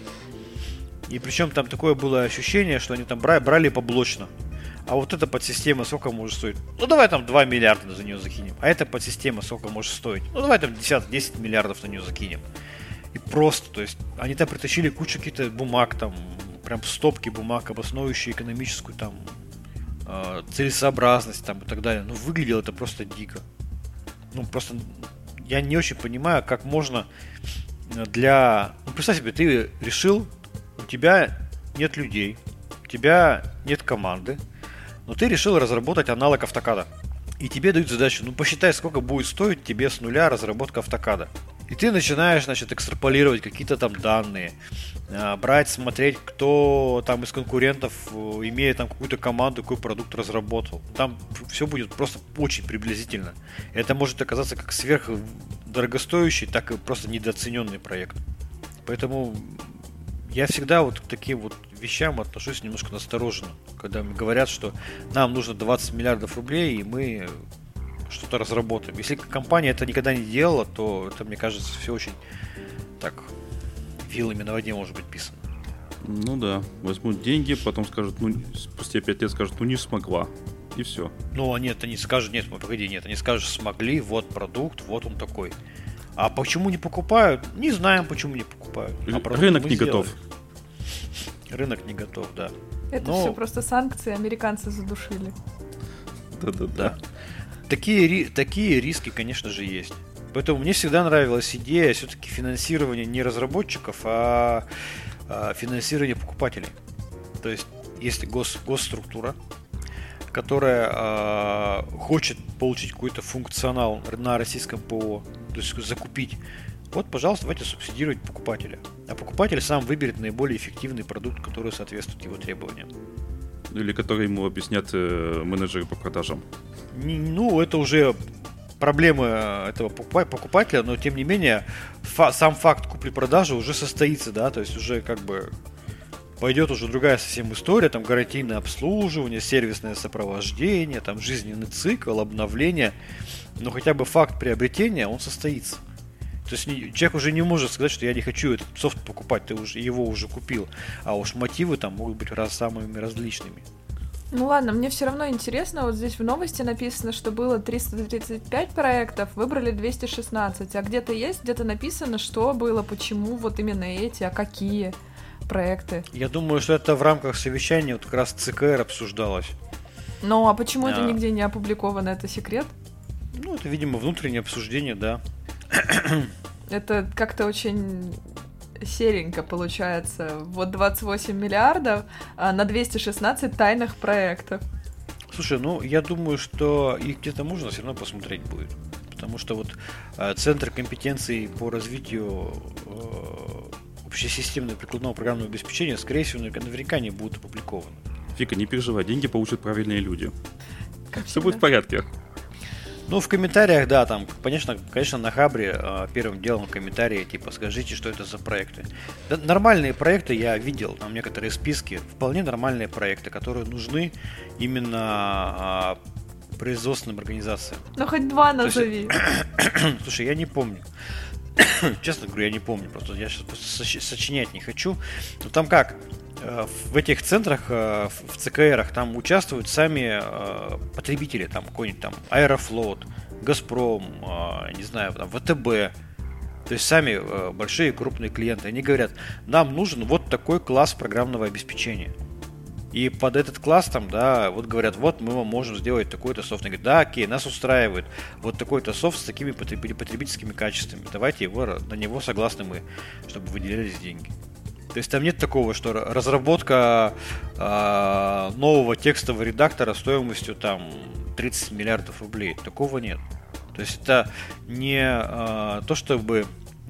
И причем там такое было ощущение, что они там брали, брали поблочно. А вот эта подсистема сколько может стоить? Ну давай там два миллиарда за нее закинем. А эта подсистема сколько может стоить? Ну давай там десять-десять миллиардов на нее закинем. И просто, то есть, они там притащили кучу каких-то бумаг, там, прям стопки бумаг, обосновывающие экономическую там э, целесообразность там и так далее. Ну выглядело это просто дико. Ну просто я не очень понимаю, как можно для... Ну представь себе, ты решил, у тебя нет людей, у тебя нет команды, но ты решил разработать аналог автокада. И тебе дают задачу, ну посчитай, сколько будет стоить тебе с нуля разработка автокада. И ты начинаешь, значит, экстраполировать какие-то там данные, брать, смотреть, кто там из конкурентов, имея там какую-то команду, какой продукт разработал. Там все будет просто очень приблизительно. Это может оказаться как сверхдорогостоящий, так и просто недооцененный проект. Поэтому я всегда вот к таким вот вещам отношусь немножко настороженно, когда мне говорят, что нам нужно двадцать миллиардов рублей, и мы что-то разработаем. Если компания это никогда не делала, то это, мне кажется, все очень так вилами на воде может быть писано. Ну да, возьмут деньги, потом скажут, ну, спустя пять лет скажут, ну не смогла, и все. Ну, нет, они скажут, нет, погоди, нет, они скажут, смогли, вот продукт, вот он такой. А почему не покупают? Не знаем, почему не покупают. А рынок не готов. Рынок не готов, да. Это Но... все просто санкции, американцы задушили. Да-да-да. Такие, такие риски, конечно же, есть. Поэтому мне всегда нравилась идея все-таки финансирования не разработчиков, а, а финансирования покупателей. То есть, если гос, госструктура, которая а, хочет получить какой-то функционал на российском ПО, то есть закупить, вот, пожалуйста, давайте субсидировать покупателя. А покупатель сам выберет наиболее эффективный продукт, который соответствует его требованиям. Или который ему объяснят э, менеджеры по продажам. Не, ну, это уже проблемы этого покупателя, но тем не менее фа- сам факт купли-продажи уже состоится, да, то есть уже как бы пойдет уже другая совсем история, там гарантийное обслуживание, сервисное сопровождение, там жизненный цикл, обновление, но хотя бы факт приобретения, он состоится. То есть человек уже не может сказать, что я не хочу этот софт покупать, ты уже его уже купил, а уж мотивы там могут быть раз, самыми различными. Ну ладно, мне все равно интересно, вот здесь в новости написано, что было триста тридцать пять проектов, выбрали двести шестнадцать, а где-то есть, где-то написано, что было, почему вот именно эти, а какие проекты. Я думаю, что это в рамках совещания вот как раз ЦКР обсуждалось. Ну а почему а... это нигде не опубликовано, это секрет? Ну это, видимо, внутреннее обсуждение, да. Это как-то очень серенько получается. Вот двадцать восемь миллиардов а на двести шестнадцать тайных проектов. Слушай, ну я думаю, что их где-то можно все равно посмотреть будет. Потому что вот э, Центр компетенций по развитию э, общесистемного прикладного программного обеспечения, скорее всего, наверняка не будут опубликованы. Фика, не переживай, деньги получат правильные люди. Как все будет в порядке. Ну, в комментариях, да, там, конечно, конечно, на Хабре э, первым делом комментарии, типа, скажите, что это за проекты. Да, нормальные проекты я видел, там некоторые списки, вполне нормальные проекты, которые нужны именно э, производственным организациям. Ну, хоть два назови. Есть, слушай, я не помню. Честно говорю, я не помню, просто я сейчас просто сочинять не хочу. Но там как? В этих центрах, в ЦКРах, там участвуют сами потребители, там какой-нибудь там Аэрофлот, Газпром, не знаю, там ВТБ, То есть сами э, большие крупные клиенты, они говорят, нам нужен вот такой класс программного обеспечения. И под этот класс там, да, вот говорят, вот мы вам можем сделать такой-то софт. Они говорят, да, окей, нас устраивает вот такой-то софт с такими потребительскими качествами. Давайте его, на него согласны мы, чтобы выделялись деньги. То есть там нет такого, что разработка э, нового текстового редактора стоимостью там тридцать миллиардов рублей. Такого нет. То есть это не э, то, чтобы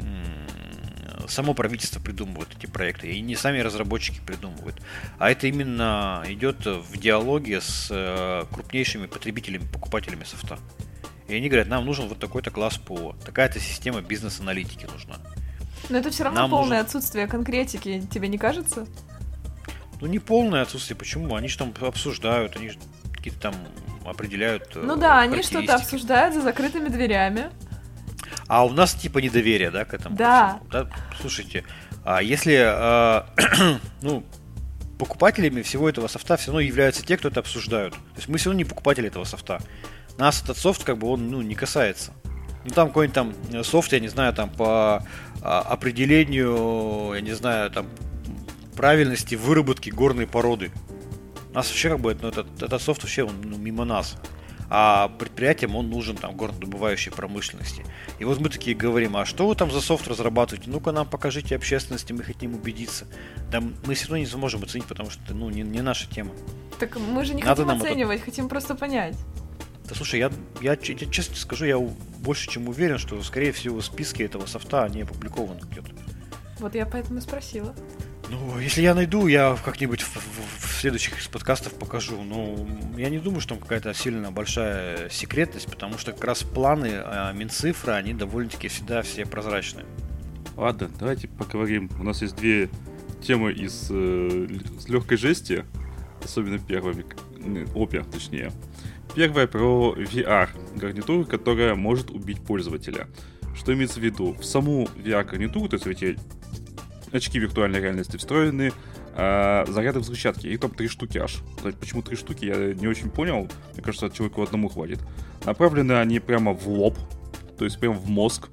э, само правительство придумывает эти проекты, и не сами разработчики придумывают, а это именно идет в диалоге с э, крупнейшими потребителями, покупателями софта. И они говорят, нам нужен вот такой-то класс ПО, такая-то система бизнес-аналитики нужна. Но это все равно Нам полное нужен... отсутствие конкретики, тебе не кажется? Ну не полное отсутствие, почему? Они же там обсуждают, они же какие-то там определяют. Ну да, они что-то обсуждают за закрытыми дверями. А у нас типа недоверие, да, к этому? Да. да? Слушайте, а если а, ну, покупателями всего этого софта все равно являются те, кто это обсуждают. То есть мы все равно не покупатели этого софта. Нас этот софт как бы он ну, не касается. Ну там какой-нибудь там софт, я не знаю, там по а, определению, я не знаю, там правильности выработки горной породы. У нас вообще как бы ну, этот, этот софт вообще он, ну, мимо нас. А предприятиям он нужен там горнодобывающей промышленности. И вот мы такие говорим, а что вы там за софт разрабатываете? Ну-ка нам покажите общественности, мы хотим убедиться. Да мы все равно не сможем оценить, потому что это ну, не, не наша тема. Так мы же не Надо хотим оценивать, это... хотим просто понять. Да слушай, я, я, я честно скажу, я больше чем уверен, что скорее всего в списке этого софта не опубликован где-то. Вот я поэтому и спросила. Ну, если я найду, я как-нибудь в, в, в следующих из подкастов покажу. Но я не думаю, что там какая-то сильно большая секретность, потому что как раз планы э, Минцифры, они довольно-таки всегда все прозрачные. Ладно, давайте поговорим. У нас есть две темы из э, с легкой жести, особенно первыми, обе, точнее. Первая про ви ар, гарнитуру, которая может убить пользователя. Что имеется в виду? В саму ви ар-гарнитуру, то есть в эти очки виртуальной реальности встроены э, заряды взрывчатки. Их там три штуки аж. Почему три штуки, я не очень понял. Мне кажется, человеку одному хватит. Направлены они прямо в лоб, то есть прямо в мозг.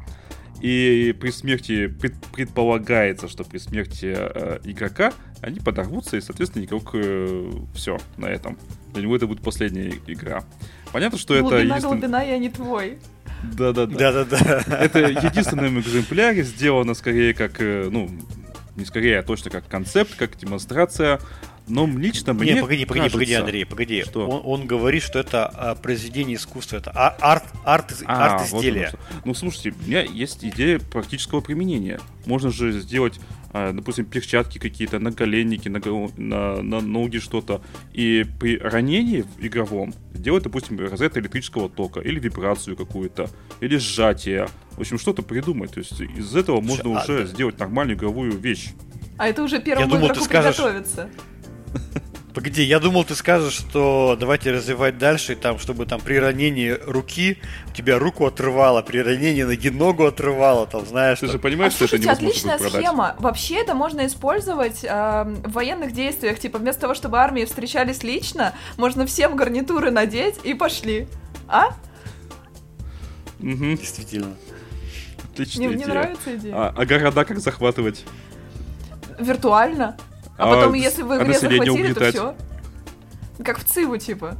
И при смерти, пред, предполагается, что при смерти э, игрока они подорвутся, и, соответственно, игрок э, все на этом. Для него это будет последняя игра. Понятно, что глубина, это... Единствен... глубина, я не твой. Да-да-да. Да-да-да. Это единственном экземпляре сделано скорее как, ну, не скорее, а точно как концепт, как демонстрация. Но лично мне Не, погоди, погоди, кажется... погоди, Андрей, погоди. Что? Он, он говорит, что это а, произведение искусства, это а, арт, арт, а, арт-изделие. Вот ну, слушайте, у меня есть идея практического применения. Можно же сделать, допустим, перчатки какие-то, наголенники, на, на, на ноги что-то. И при ранении игровом делать, допустим, разряд электрического тока, или вибрацию какую-то, или сжатие. В общем, что-то придумать. То есть из этого можно а, уже да. сделать нормальную игровую вещь. А это уже первому думал, игроку скажешь... приготовиться. Погоди, я думал, ты скажешь, что давайте развивать дальше, там, чтобы там при ранении руки у тебя руку отрывало, при ранении ноги ногу отрывало, там, знаешь. Ты что... же понимаешь, а, что слушайте, это невозможно отличная продать. Схема. Вообще это можно использовать э, в военных действиях. Типа вместо того, чтобы армии встречались лично, можно всем гарнитуры надеть и пошли. А? Угу. Действительно. Отличная Мне, идея. мне нравится идея. А, а города как захватывать? Виртуально. А, а потом, если в игре а захватили, угнетать. то все. Как в Циву, типа.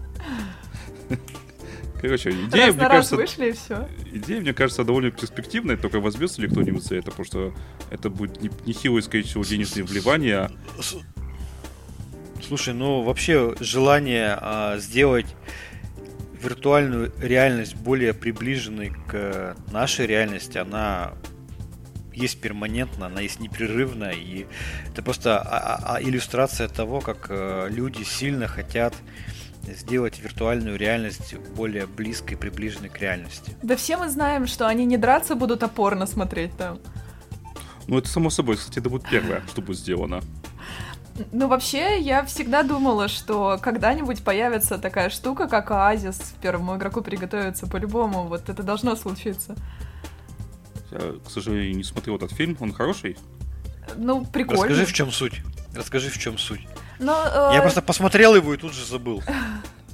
Короче, идея, раз мне на кажется, раз вышли, и все. Идея, мне кажется, довольно перспективная, только возьмется ли кто-нибудь за это, потому что это будет нехилое, скорее всего, денежные вливания. Слушай, ну вообще желание а, сделать виртуальную реальность более приближенной к нашей реальности, она есть перманентно, она есть непрерывно, и это просто а, а, иллюстрация того, как а, люди сильно хотят сделать виртуальную реальность более близкой, приближенной к реальности. Да все мы знаем, что они не драться будут, а порно смотреть там. Ну это само собой, кстати, это будет первое, что будет сделано. Ну, вообще, я всегда думала, что когда-нибудь появится такая штука, как Оазис, первому игроку приготовиться по-любому, вот это должно случиться. Я, к сожалению, не смотрел этот фильм, он хороший? Ну, прикольно. Расскажи, в чем суть. Расскажи, в чем суть. Но, э... Я просто посмотрел его и тут же забыл.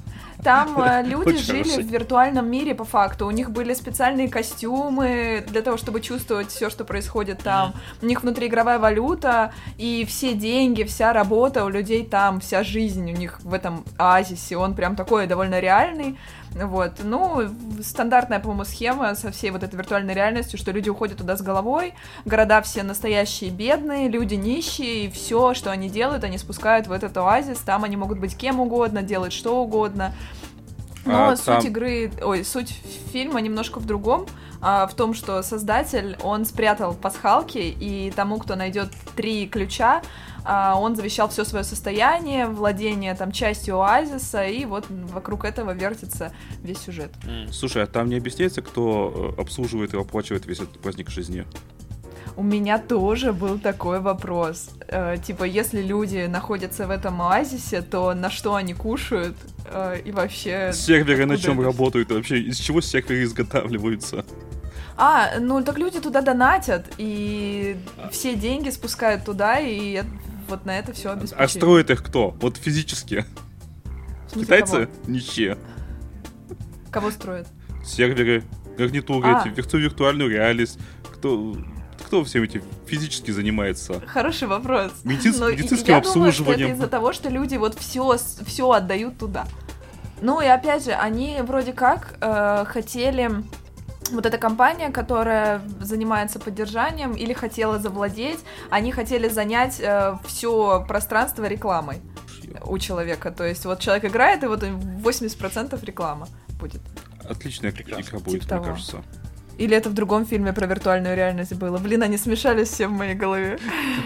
Там э, люди жили в виртуальном мире по факту. У них были специальные костюмы для того, чтобы чувствовать все, что происходит там. У них внутриигровая валюта, и все деньги, вся работа у людей там, вся жизнь у них в этом оазисе. Он прям такой довольно реальный. Вот. Ну, стандартная, по-моему, схема со всей вот этой виртуальной реальностью, что люди уходят туда с головой, города все настоящие бедные, люди нищие, и все, что они делают, они спускают в этот оазис, там они могут быть кем угодно, делать что угодно. Но а, суть там... игры, ой, суть фильма немножко в другом, а, в том, что создатель, он спрятал пасхалки, и тому, кто найдет три ключа, а, он завещал все свое состояние, владение там частью оазиса, и вот вокруг этого вертится весь сюжет. Слушай, а там не объясняется, кто обслуживает и оплачивает весь этот праздник жизни? У меня тоже был такой вопрос. Э, типа, если люди находятся в этом оазисе, то на что они кушают? Э, и вообще... Серверы на чем это... работают? Вообще, из чего серверы изготавливаются? А, ну так люди туда донатят, и а. все деньги спускают туда, и вот на это все обеспечивают. А строит их кто? Вот физически? Китайцы? Кого? Ничьи. Кого строят? Серверы, гарнитуры, а. эти, виртуальную реальность. Кто... Кто всем этим физически занимается? Хороший вопрос. Медици... Медицинским я обслуживанием. Думаю, что это из-за того, что люди вот все, все отдают туда. Ну и опять же, они вроде как э, хотели... Вот эта компания, которая занимается поддержанием или хотела завладеть, они хотели занять э, все пространство рекламой у человека. То есть вот человек играет, и вот восемьдесят процентов реклама будет. Отличная игра будет, типа мне того. Кажется. Или это в другом фильме про виртуальную реальность было? Блин, они смешались все в моей голове.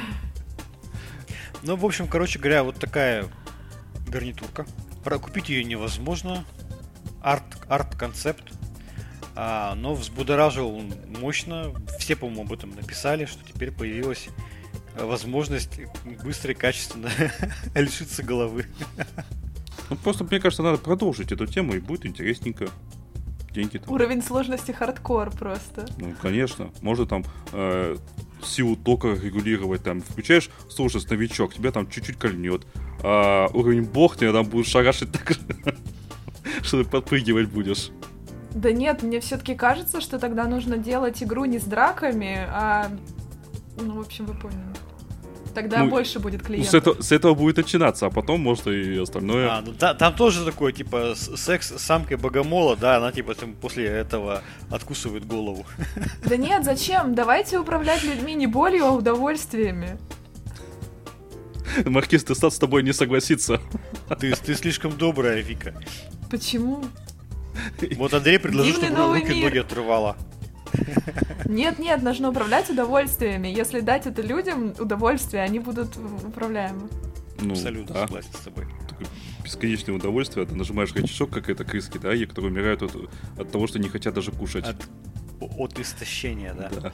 Ну, в общем, короче говоря, вот такая гарнитурка. Купить ее невозможно. Арт, арт-концепт. А, но взбудоражил он мощно. Все, по-моему, об этом написали, что теперь появилась возможность быстро и качественно лишиться головы. Ну, просто, мне кажется, надо продолжить эту тему, и будет интересненько. Деньги там. Уровень сложности хардкор просто. Ну, конечно. Можно там э, силу тока регулировать. Там включаешь сложность новичок, тебя там чуть-чуть кольнет. А уровень бог тебя там будешь шарашить так, что ты подпрыгивать будешь. Да нет, мне все-таки кажется, что тогда нужно делать игру не с драками, а... Ну, в общем, вы поняли. Тогда ну, больше будет клиентов. С этого, с этого будет начинаться, а потом, может, и остальное. А, ну, да, там тоже такое, типа, секс с самкой богомола, да, она, типа, после этого откусывает голову. Да нет, зачем? Давайте управлять людьми не болью, а удовольствиями. Маркиз, ты с тобой не согласится. Ты, ты слишком добрая, Вика. Почему? Вот Андрей предложил, Дивный чтобы руки ноги отрывала. Нет-нет, нужно управлять удовольствиями. Если дать это людям удовольствие, они будут управляемы. Ну, абсолютно да. Согласен с тобой. Такое бесконечное удовольствие. Ты нажимаешь рычажок, как это крыски, да, и которые умирают от, от того, что не хотят даже кушать. От, от истощения, да. да.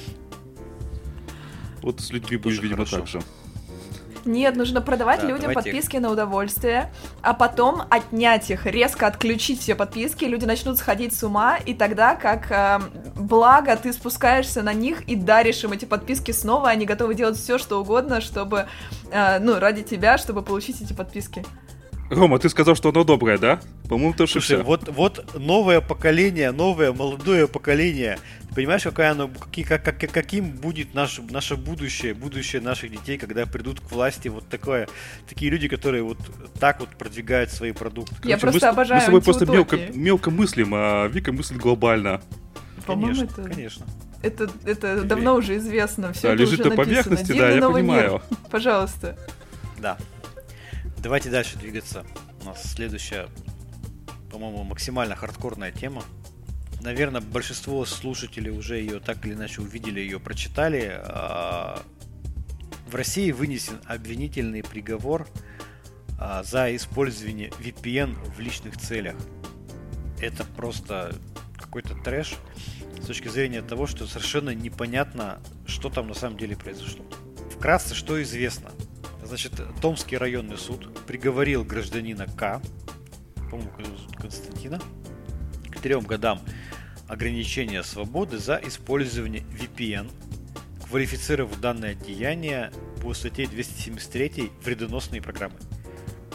Вот с людьми будет, видимо, так же. Нет, нужно продавать да, людям подписки их. на удовольствие, а потом отнять их, резко отключить все подписки, люди начнут сходить с ума, и тогда, как э, благо, ты спускаешься на них и даришь им эти подписки снова, они готовы делать все, что угодно, чтобы, э, ну, ради тебя, чтобы получить эти подписки. Рома, ты сказал, что оно доброе, да? По-моему, ты ошибся. Слушай, вот, вот новое поколение, новое молодое поколение. Ты понимаешь, какое оно, как, как, каким будет наше, наше будущее, будущее наших детей, когда придут к власти вот такое, такие люди, которые вот так вот продвигают свои продукты. Я Короче, просто мы, обожаю Мы с тобой просто мелко, мелко мыслим, а Вика мыслит глобально. По-моему, конечно, это... конечно. Это, это давно уже известно, все да, это лежит уже на написано. поверхности, Дивный да, я новый понимаю. Мир. Пожалуйста. Да. Давайте дальше двигаться. У нас следующая, по-моему, максимально хардкорная тема. Наверное, большинство слушателей уже ее так или иначе увидели, ее прочитали. В России вынесен обвинительный приговор за использование ви пи эн в личных целях. Это просто какой-то трэш с точки зрения того, что совершенно непонятно, что там на самом деле произошло. Вкратце, что известно. Значит, Томский районный суд приговорил гражданина К, по-моему, Константина, к трем годам ограничения свободы за использование ви пи эн, квалифицировав данное деяние по статье двести семьдесят три «Вредоносные программы».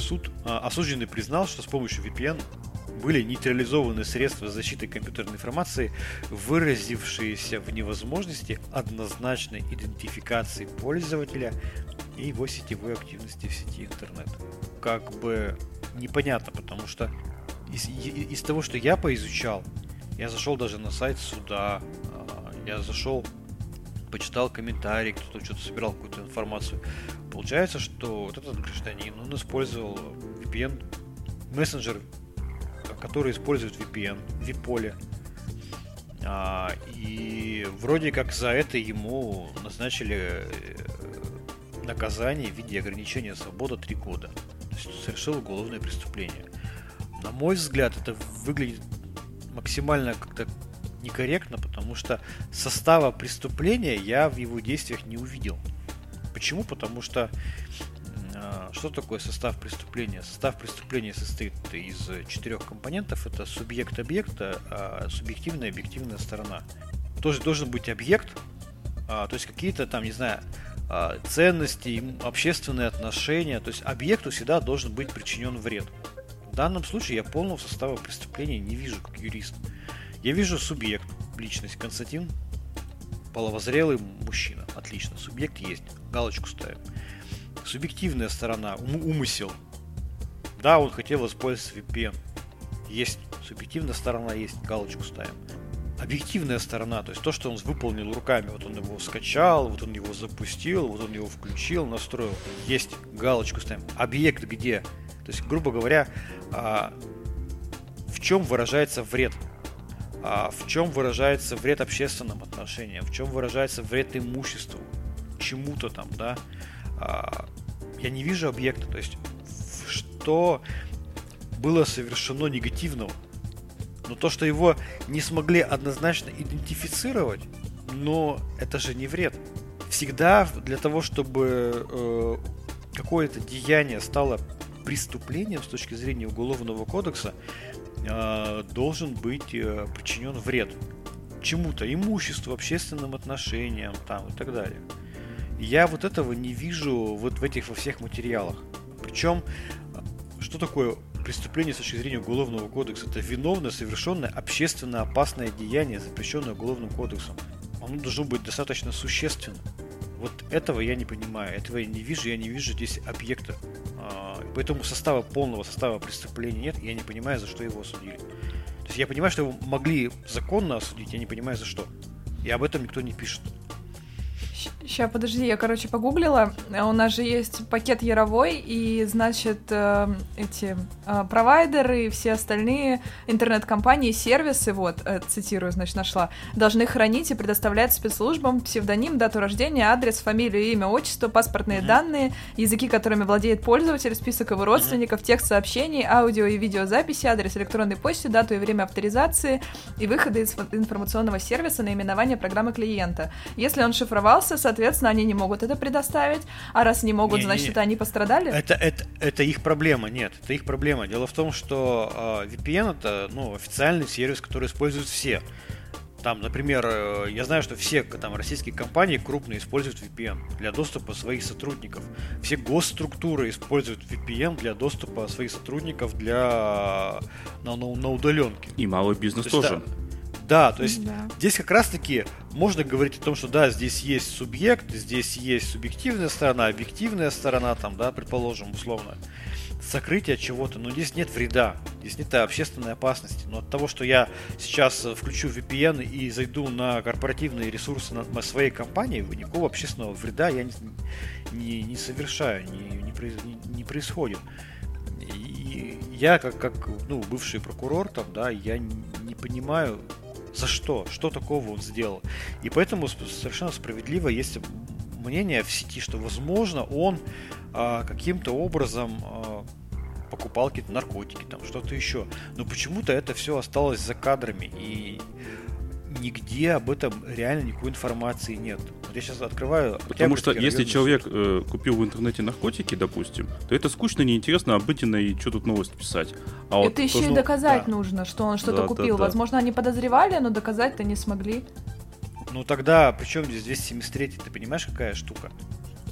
суд, а, осужденный признал, что с помощью ви пи эн были нейтрализованы средства защиты компьютерной информации, выразившиеся в невозможности однозначной идентификации пользователя и его сетевой активности в сети интернет. Как бы непонятно, потому что из, из того, что я поизучал, я зашел даже на сайт суда, я зашел, почитал комментарии, кто-то что-то собирал, какую-то информацию. Получается, что вот этот гражданин, он использовал ви пи эн, мессенджер, который использует ви пи эн, ви-поле. А, и вроде как за это ему назначили наказание в виде ограничения свободы три года. То есть совершил уголовное преступление. На мой взгляд, это выглядит максимально как-то некорректно, потому что состава преступления я в его действиях не увидел. Почему? Потому что э, что такое состав преступления? Состав преступления состоит из четырех компонентов. Это субъект объекта, а субъективная и объективная сторона. Тоже должен быть объект, а, то есть какие-то там, не знаю, а, ценности, общественные отношения. То есть объекту всегда должен быть причинен вред. В данном случае я полного состава преступления не вижу как юрист. Я вижу субъект, личность, Константин, половозрелый мужчина. Отлично, субъект есть, галочку ставим. Субъективная сторона, ум- умысел. Да, он хотел воспользоваться ви пи эн. Есть, субъективная сторона есть, галочку ставим. Объективная сторона, то есть то, что он выполнил руками. Вот он его скачал, вот он его запустил, вот он его включил, настроил. Есть, галочку ставим. Объект где? То есть, грубо говоря, в чем выражается вред? А в чем выражается вред общественным отношениям, в чем выражается вред имуществу, чему-то там, да. А, я не вижу объекта, то есть что было совершено негативного. Но то, что его не смогли однозначно идентифицировать, но это же не вред. Всегда для того, чтобы э, какое-то деяние стало преступлением с точки зрения Уголовного кодекса, должен быть причинен вред чему-то, имуществу, общественным отношениям там, и так далее. Я вот этого не вижу вот в этих во всех материалах. Причем, что такое преступление с точки зрения Уголовного кодекса? Это виновное, совершенное общественно опасное деяние, запрещенное Уголовным кодексом. Оно должно быть достаточно существенным. Вот этого я не понимаю, этого я не вижу, я не вижу здесь объекта. Поэтому состава, полного состава преступления нет, и я не понимаю, за что его осудили. То есть я понимаю, что его могли законно осудить, я не понимаю, за что. И об этом никто не пишет. Сейчас, подожди, я, короче, погуглила. У нас же есть пакет Яровой, и, значит, э, эти э, провайдеры и все остальные интернет-компании, сервисы, вот, э, цитирую, значит, нашла, должны хранить и предоставлять спецслужбам псевдоним, дату рождения, адрес, фамилию, имя, отчество, паспортные mm-hmm. данные, языки, которыми владеет пользователь, список его родственников, mm-hmm. текст сообщений, аудио и видеозаписи, адрес электронной почты, дату и время авторизации и выхода из информационного сервиса, наименование программы клиента. Если он шифровался, соответственно, они не могут это предоставить, а раз не могут, не, значит, не, это они пострадали? Это, это, это их проблема, нет, это их проблема. Дело в том, что э, ви пи эн это, ну, официальный сервис, который используют все. Там, например, э, я знаю, что все там, российские компании крупные используют ви пи эн для доступа своих сотрудников. Все госструктуры используют ви пи эн для доступа своих сотрудников для, на, на, на удаленке. И малый бизнес то тоже. Есть, Да, то есть да. Здесь как раз-таки можно говорить о том, что да, здесь есть субъект, здесь есть субъективная сторона, объективная сторона, там, да, предположим, условно, сокрытие чего-то, но здесь нет вреда, здесь нет общественной опасности. Но от того, что я сейчас включу ви пи эн и зайду на корпоративные ресурсы на своей компании, никакого общественного вреда я не, не, не совершаю, не, не, не, не происходит. И я, как, как ну, бывший прокурор, там, да, я не, не понимаю, за что? Что такого он сделал? И поэтому совершенно справедливо есть мнение в сети, что, возможно, он а, каким-то образом а, покупал какие-то наркотики, там, что-то еще. Но почему-то это все осталось за кадрами, и нигде об этом реально никакой информации нет. Вот я сейчас открываю... Потому что если человек э, купил в интернете наркотики, допустим, то это скучно, неинтересно, обыденно, и что тут новость писать. А это вот еще то, и доказать да. нужно, что он что-то да, купил. Да, да. Возможно, они подозревали, но доказать-то не смогли. Ну тогда, причем здесь двести семьдесят три, ты понимаешь, какая штука?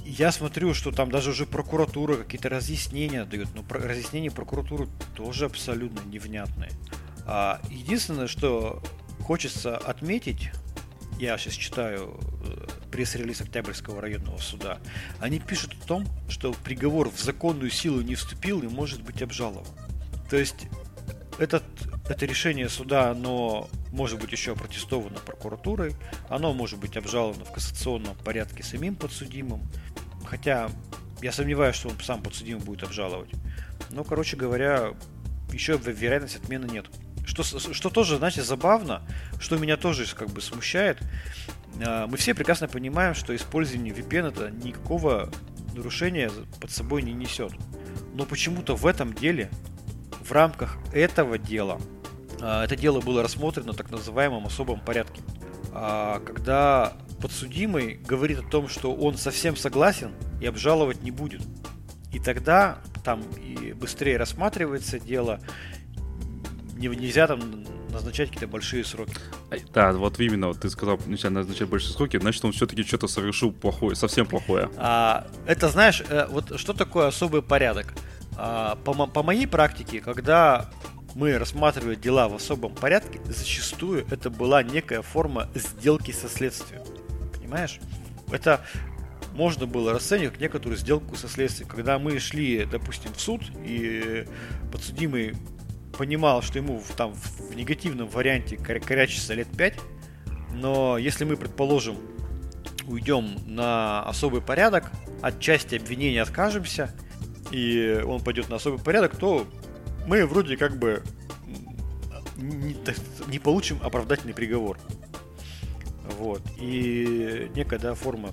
я смотрю, что там даже уже прокуратура какие-то разъяснения дает, но про- разъяснения прокуратуры тоже абсолютно невнятные. А, единственное, что хочется отметить, я сейчас читаю пресс-релиз Октябрьского районного суда, они пишут о том, что приговор в законную силу не вступил и может быть обжалован. То есть этот, это решение суда, оно может быть еще опротестовано прокуратурой, оно может быть обжаловано в кассационном порядке самим подсудимым, хотя я сомневаюсь, что он сам подсудимый будет обжаловать. Но, короче говоря, еще вероятности отмены нет. Что, что тоже, знаете, забавно, что меня тоже как бы смущает. Мы все прекрасно понимаем, что использование ви пи эн это никакого нарушения под собой не несет. Но почему-то в этом деле, в рамках этого дела, это дело было рассмотрено в так называемом особом порядке. Когда подсудимый говорит о том, что он совсем согласен и обжаловать не будет. И тогда там и быстрее рассматривается дело, нельзя там назначать какие-то большие сроки. Да, вот именно, вот ты сказал, нельзя назначать большие сроки, значит, он все-таки что-то совершил плохое, совсем плохое. А, это, знаешь, вот что такое особый порядок? А, по, по моей практике, когда мы рассматривали дела в особом порядке, зачастую это была некая форма сделки со следствием. Понимаешь? Это можно было расценивать как некоторую сделку со следствием. Когда мы шли, допустим, в суд, и подсудимый понимал, что ему там в негативном варианте корячится лет пять, но если мы, предположим, уйдем на особый порядок, от части обвинения откажемся, и он пойдет на особый порядок, то мы вроде как бы не, не получим оправдательный приговор. Вот. И некая, да, форма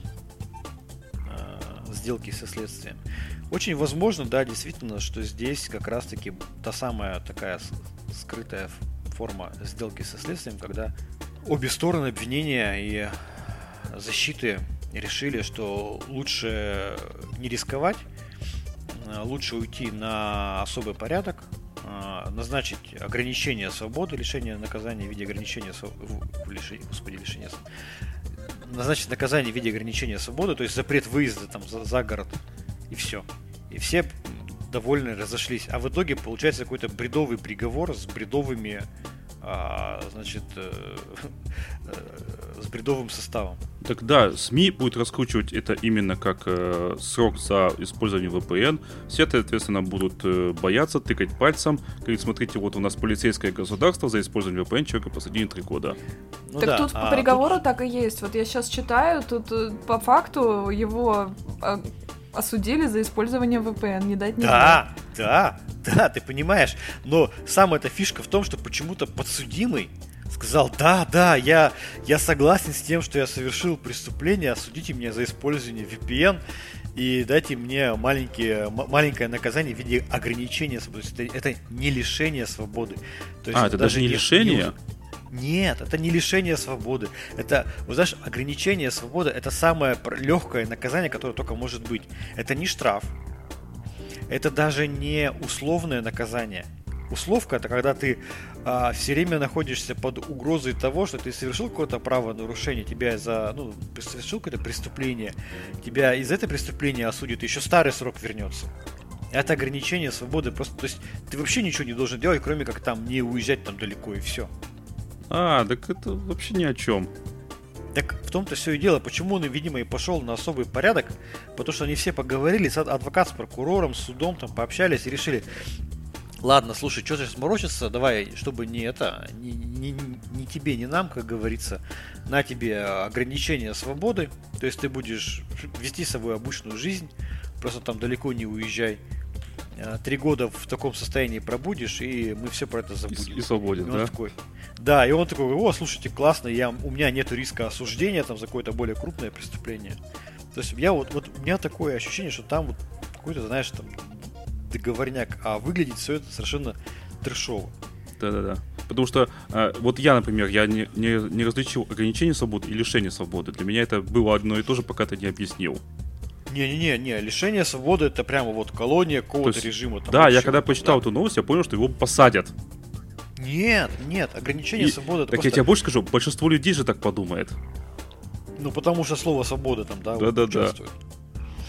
э, сделки со следствием. Очень возможно, да, действительно, что здесь как раз-таки та самая такая скрытая форма сделки со следствием, когда обе стороны обвинения и защиты решили, что лучше не рисковать, лучше уйти на особый порядок, назначить ограничение свободы, лишение наказания в виде ограничения лишения, господи, лишения назначить наказание в виде ограничения свободы, то есть запрет выезда там за, за город, и все. И все довольны, разошлись. А в итоге получается какой-то бредовый приговор с бредовыми, а, значит, э, э, с бредовым составом. Так да, СМИ будет раскручивать это именно как э, срок за использование ви пи эн. Все, соответственно, будут э, бояться, тыкать пальцем. Говорить, смотрите, вот у нас полицейское государство, за использование ви пи эн человека посадили на три года. Ну, так да, тут а, по приговору тут... так и есть. Вот я сейчас читаю, тут по факту его осудили за использование ви пи эн, не дать не Да, дать. да, да, ты понимаешь. Но самая эта фишка в том, что почему-то подсудимый сказал: да, да, я, я согласен с тем, что я совершил преступление, осудите меня за использование ви пи эн и дайте мне маленькие, маленькое наказание в виде ограничения свободы. Это, это не лишение свободы. То есть а, это даже, даже не лишение? Не, Нет, это не лишение свободы. Это, вот знаешь, ограничение свободы — это самое легкое наказание, которое только может быть. Это не штраф. Это даже не условное наказание. Условка — это когда ты а, все время находишься под угрозой того, что ты совершил какое-то правонарушение, тебя за, ну, совершил какое-то преступление, тебя из этого преступления осудят, еще старый срок вернется. Это ограничение свободы просто, то есть ты вообще ничего не должен делать, кроме как там не уезжать там далеко, и все. А, так это вообще ни о чем. Так в том-то все и дело. Почему он, видимо, и пошел на особый порядок? Потому что они все поговорили с адвокатом, с прокурором, с судом, там пообщались и решили: ладно, слушай, что сейчас морочиться, давай, чтобы не это, не, не, не тебе, не нам, как говорится, на тебе ограничение свободы. То есть ты будешь вести свою обычную жизнь, просто там далеко не уезжай. Три года в таком состоянии пробудешь, и мы все про это забудем. И, и свободен, да? Такой, да, и он такой: о, слушайте, классно, я, у меня нет риска осуждения там за какое-то более крупное преступление. То есть я вот, вот у меня такое ощущение, что там вот какой-то, знаешь, там договорняк, а выглядит все это совершенно трэшово. Да-да-да. Потому что э, вот я, например, я не, не, не различил ограничение свободы и лишение свободы. Для меня это было одно и то же, пока ты не объяснил. Не-не-не, не, лишение свободы — это прямо вот колония какого-то режима. Там да, я когда почитал да. эту новость, я понял, что его посадят. Нет, нет, ограничение и, свободы — это так просто... я тебе больше скажу, большинство людей же так подумает. Ну, потому что слово «свобода» там, да, да, да, участвует.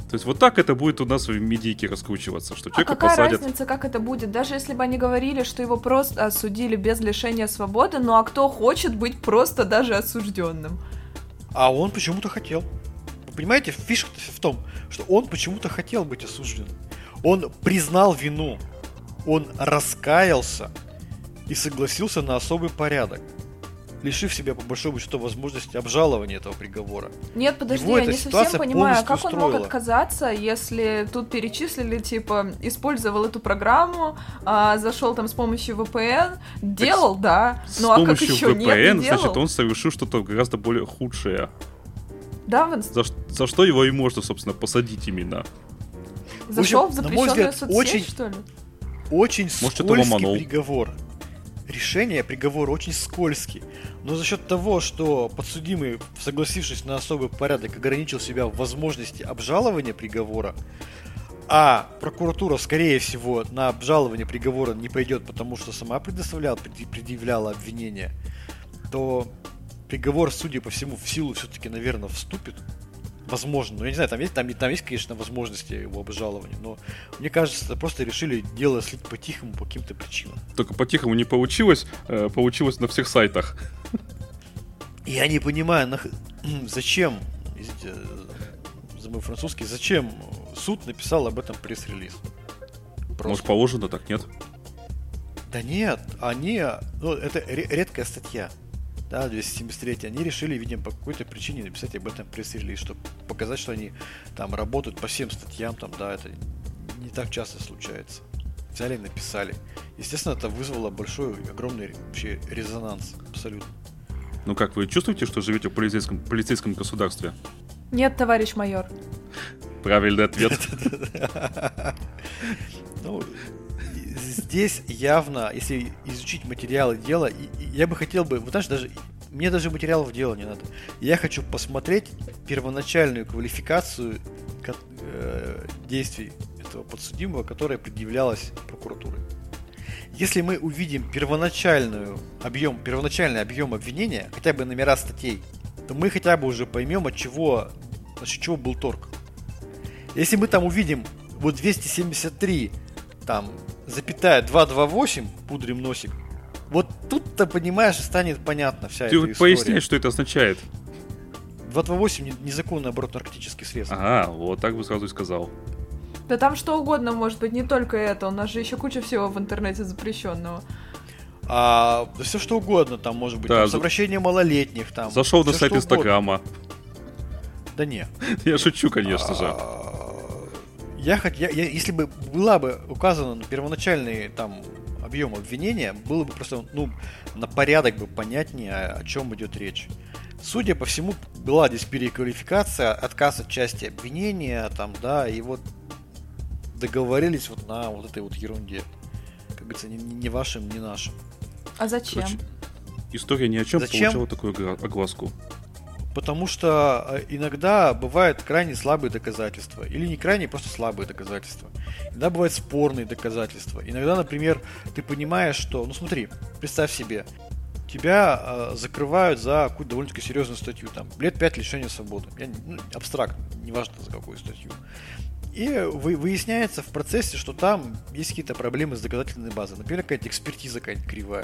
То есть вот так это будет у нас в медийке раскручиваться, что человека а какая посадят. разница, как это будет? Даже если бы они говорили, что его просто осудили без лишения свободы, ну а кто хочет быть просто даже осужденным? А он почему-то хотел. Вы понимаете, фишка в том, что он почему-то хотел быть осужденным. Он признал вину, он раскаялся и согласился на особый порядок, лишив себя, по большому счету, возможности обжалования этого приговора. Нет, подожди, Его я эта не совсем ситуация понимаю, а как полностью он мог устроила. отказаться, если тут перечислили, типа, использовал эту программу, а, зашел там с помощью ви пи эн, делал, да, С ну а как помощью еще ви пи эн, нет, не значит, делал. он совершил что-то гораздо более худшее. Да, в За, ш- за что его и можно, собственно, посадить именно. зашел в общем, на мой запрещенную взгляд, соцсеть, очень- что ли? Очень Может, это скользкий ломанул. приговор. Решение приговора очень скользкий. Но за счет того, что подсудимый, согласившись на особый порядок, ограничил себя в возможности обжалования приговора, а прокуратура, скорее всего, на обжалование приговора не пойдет, потому что сама предоставляла, преди- предъявляла обвинение, то приговор, судя по всему, в силу все-таки, наверное, вступит. Возможно, ну я не знаю, там есть, там, там есть, конечно, возможности его обжалования, но мне кажется, это просто решили дело слить по-тихому по каким-то причинам. Только по-тихому не получилось, э, получилось на всех сайтах. Я не понимаю, нах... зачем, извините за мой французский, зачем суд написал об этом пресс-релиз? Просто. Может, положено, так нет? Да нет, они, ну это ре- редкая статья, да, двести семьдесят три, они решили, видимо, по какой-то причине написать об этом пресс-релиз, чтобы показать, что они там работают по всем статьям, там, да, это не так часто случается. Взяли и написали. Естественно, это вызвало большой, огромный вообще резонанс, абсолютно. Ну как, вы чувствуете, что живете в полицейском, полицейском государстве? Нет, товарищ майор. Правильный ответ. Ну, здесь явно, если изучить материалы дела, и, и я бы хотел бы, вот знаешь, даже мне даже материалов дела не надо. Я хочу посмотреть первоначальную квалификацию ко- э, действий этого подсудимого, которая предъявлялась прокуратурой. Если мы увидим первоначальную объем, первоначальный объем обвинения, хотя бы номера статей, то мы хотя бы уже поймем, от чего, насчет чего был торг. Если мы там увидим вот двести семьдесят три, там, запятая двести двадцать восемь, пудрим носик, вот тут-то, понимаешь, станет понятна вся Ты эта вот история. поясняй, что это означает. двести двадцать восемь не- незаконный оборот наркотических средств. Ага, вот так бы сразу и сказал. Да там что угодно может быть, не только это, у нас же еще куча всего в интернете запрещенного. А все что угодно там может быть. Да, Там, за- совращение малолетних там. Зашел на всё сайт что угодно. Инстаграма. Да не. Я шучу, конечно же. А, Я, хот- я, я- если бы была бы указана на первоначальный там объем обвинения, было бы просто ну на порядок бы понятнее, о, о чем идет речь. Судя по всему, была здесь переквалификация, отказ от части обвинения, там, да, и вот договорились вот на вот этой вот ерунде. Как говорится, ни, ни вашим, ни нашим. А зачем? Короче, история ни о чем Зачем? получила такую огла- огласку. Потому что э, иногда бывают крайне слабые доказательства. Или не крайне, просто слабые доказательства. Иногда бывают спорные доказательства. Иногда, например, ты понимаешь, что... Ну смотри, представь себе. Тебя э, закрывают за какую-то довольно-таки серьезную статью. Там, лет пять лишения свободы. Я, не- ну, абстрактно, неважно за какую статью. И вы, выясняется в процессе, что там есть какие-то проблемы с доказательной базой. Например, какая-то экспертиза какая-то кривая.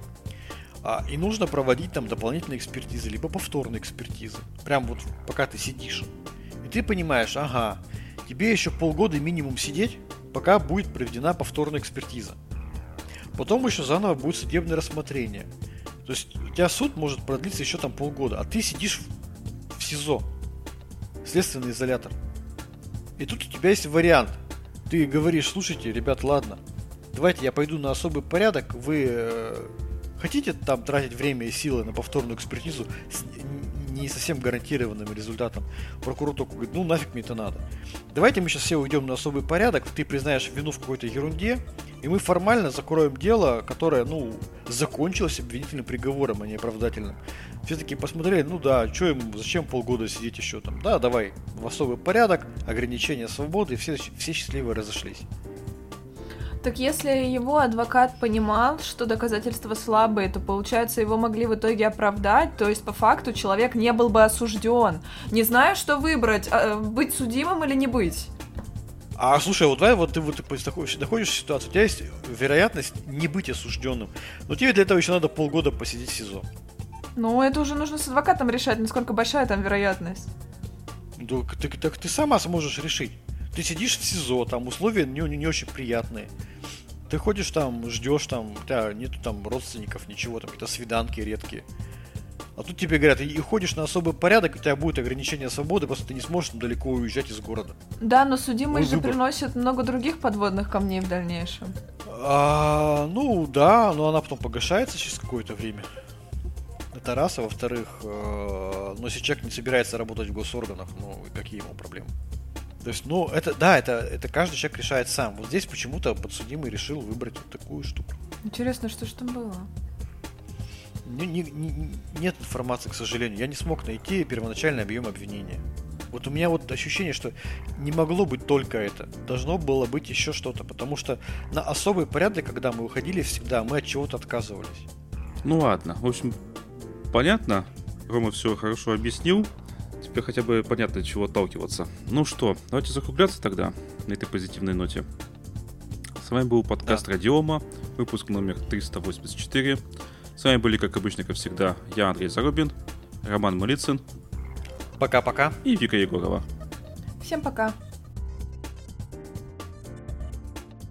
А, и нужно проводить там дополнительные экспертизы, либо повторные экспертизы. Прям вот пока ты сидишь. И ты понимаешь, ага, тебе еще полгода минимум сидеть, пока будет проведена повторная экспертиза. Потом еще заново будет судебное рассмотрение. То есть у тебя суд может продлиться еще там полгода, а ты сидишь в, в СИЗО, следственный изолятор. И тут у тебя есть вариант. Ты говоришь, слушайте, ребят, ладно, давайте я пойду на особый порядок, вы э, хотите там тратить время и силы на повторную экспертизу с не совсем гарантированным результатом? Прокуратура говорит, ну нафиг мне это надо. Давайте мы сейчас все уйдем на особый порядок, ты признаешь вину в какой-то ерунде, и мы формально закроем дело, которое, ну, закончилось обвинительным приговором, а не оправдательным. Все-таки посмотрели, ну да, что ему, зачем полгода сидеть еще там? Да, давай в особый порядок, ограничение свободы, и все, все счастливо разошлись. Так если его адвокат понимал, что доказательства слабые, то, получается, его могли в итоге оправдать, то есть, по факту, человек не был бы осужден. Не знаю, что выбрать, быть судимым или не быть. А слушай, вот давай, вот ты вот находишь, находишь в ситуации, у тебя есть вероятность не быть осужденным, но тебе для этого еще надо полгода посидеть в СИЗО. Ну, это уже нужно с адвокатом решать, насколько большая там вероятность. Так ты, так ты сама сможешь решить. Ты сидишь в СИЗО, там условия не, не, не очень приятные. Ты ходишь там, ждешь там, у тебя нету там родственников, ничего, там какие-то свиданки редкие. А тут тебе говорят, и ходишь на особый порядок, у тебя будет ограничение свободы, просто ты не сможешь там далеко уезжать из города. Да, но судимые Мой же выбор. приносят много других подводных камней в дальнейшем. А, ну да, но она потом погашается через какое-то время. Это раз, а во-вторых, э, но если человек не собирается работать в госорганах, ну какие ему проблемы? То есть, ну, это, да, это, это каждый человек решает сам. Вот здесь почему-то подсудимый решил выбрать вот такую штуку. Интересно, что ж там было? Не, не, не, нет информации, к сожалению. Я не смог найти первоначальный объем обвинения. Вот у меня вот ощущение, что не могло быть только это. Должно было быть еще что-то. Потому что на особый порядок, когда мы уходили всегда, мы от чего-то отказывались. Ну ладно, в общем, понятно. Рома все хорошо объяснил. Теперь хотя бы понятно, от чего отталкиваться. Ну что, давайте закругляться тогда на этой позитивной ноте. С вами был подкаст Да. Радиома, выпуск номер триста восемьдесят четыре. С вами были, как обычно, как всегда, я, Андрей Зарубин, Роман Малицын Пока-пока. и Вика Егорова. Всем пока.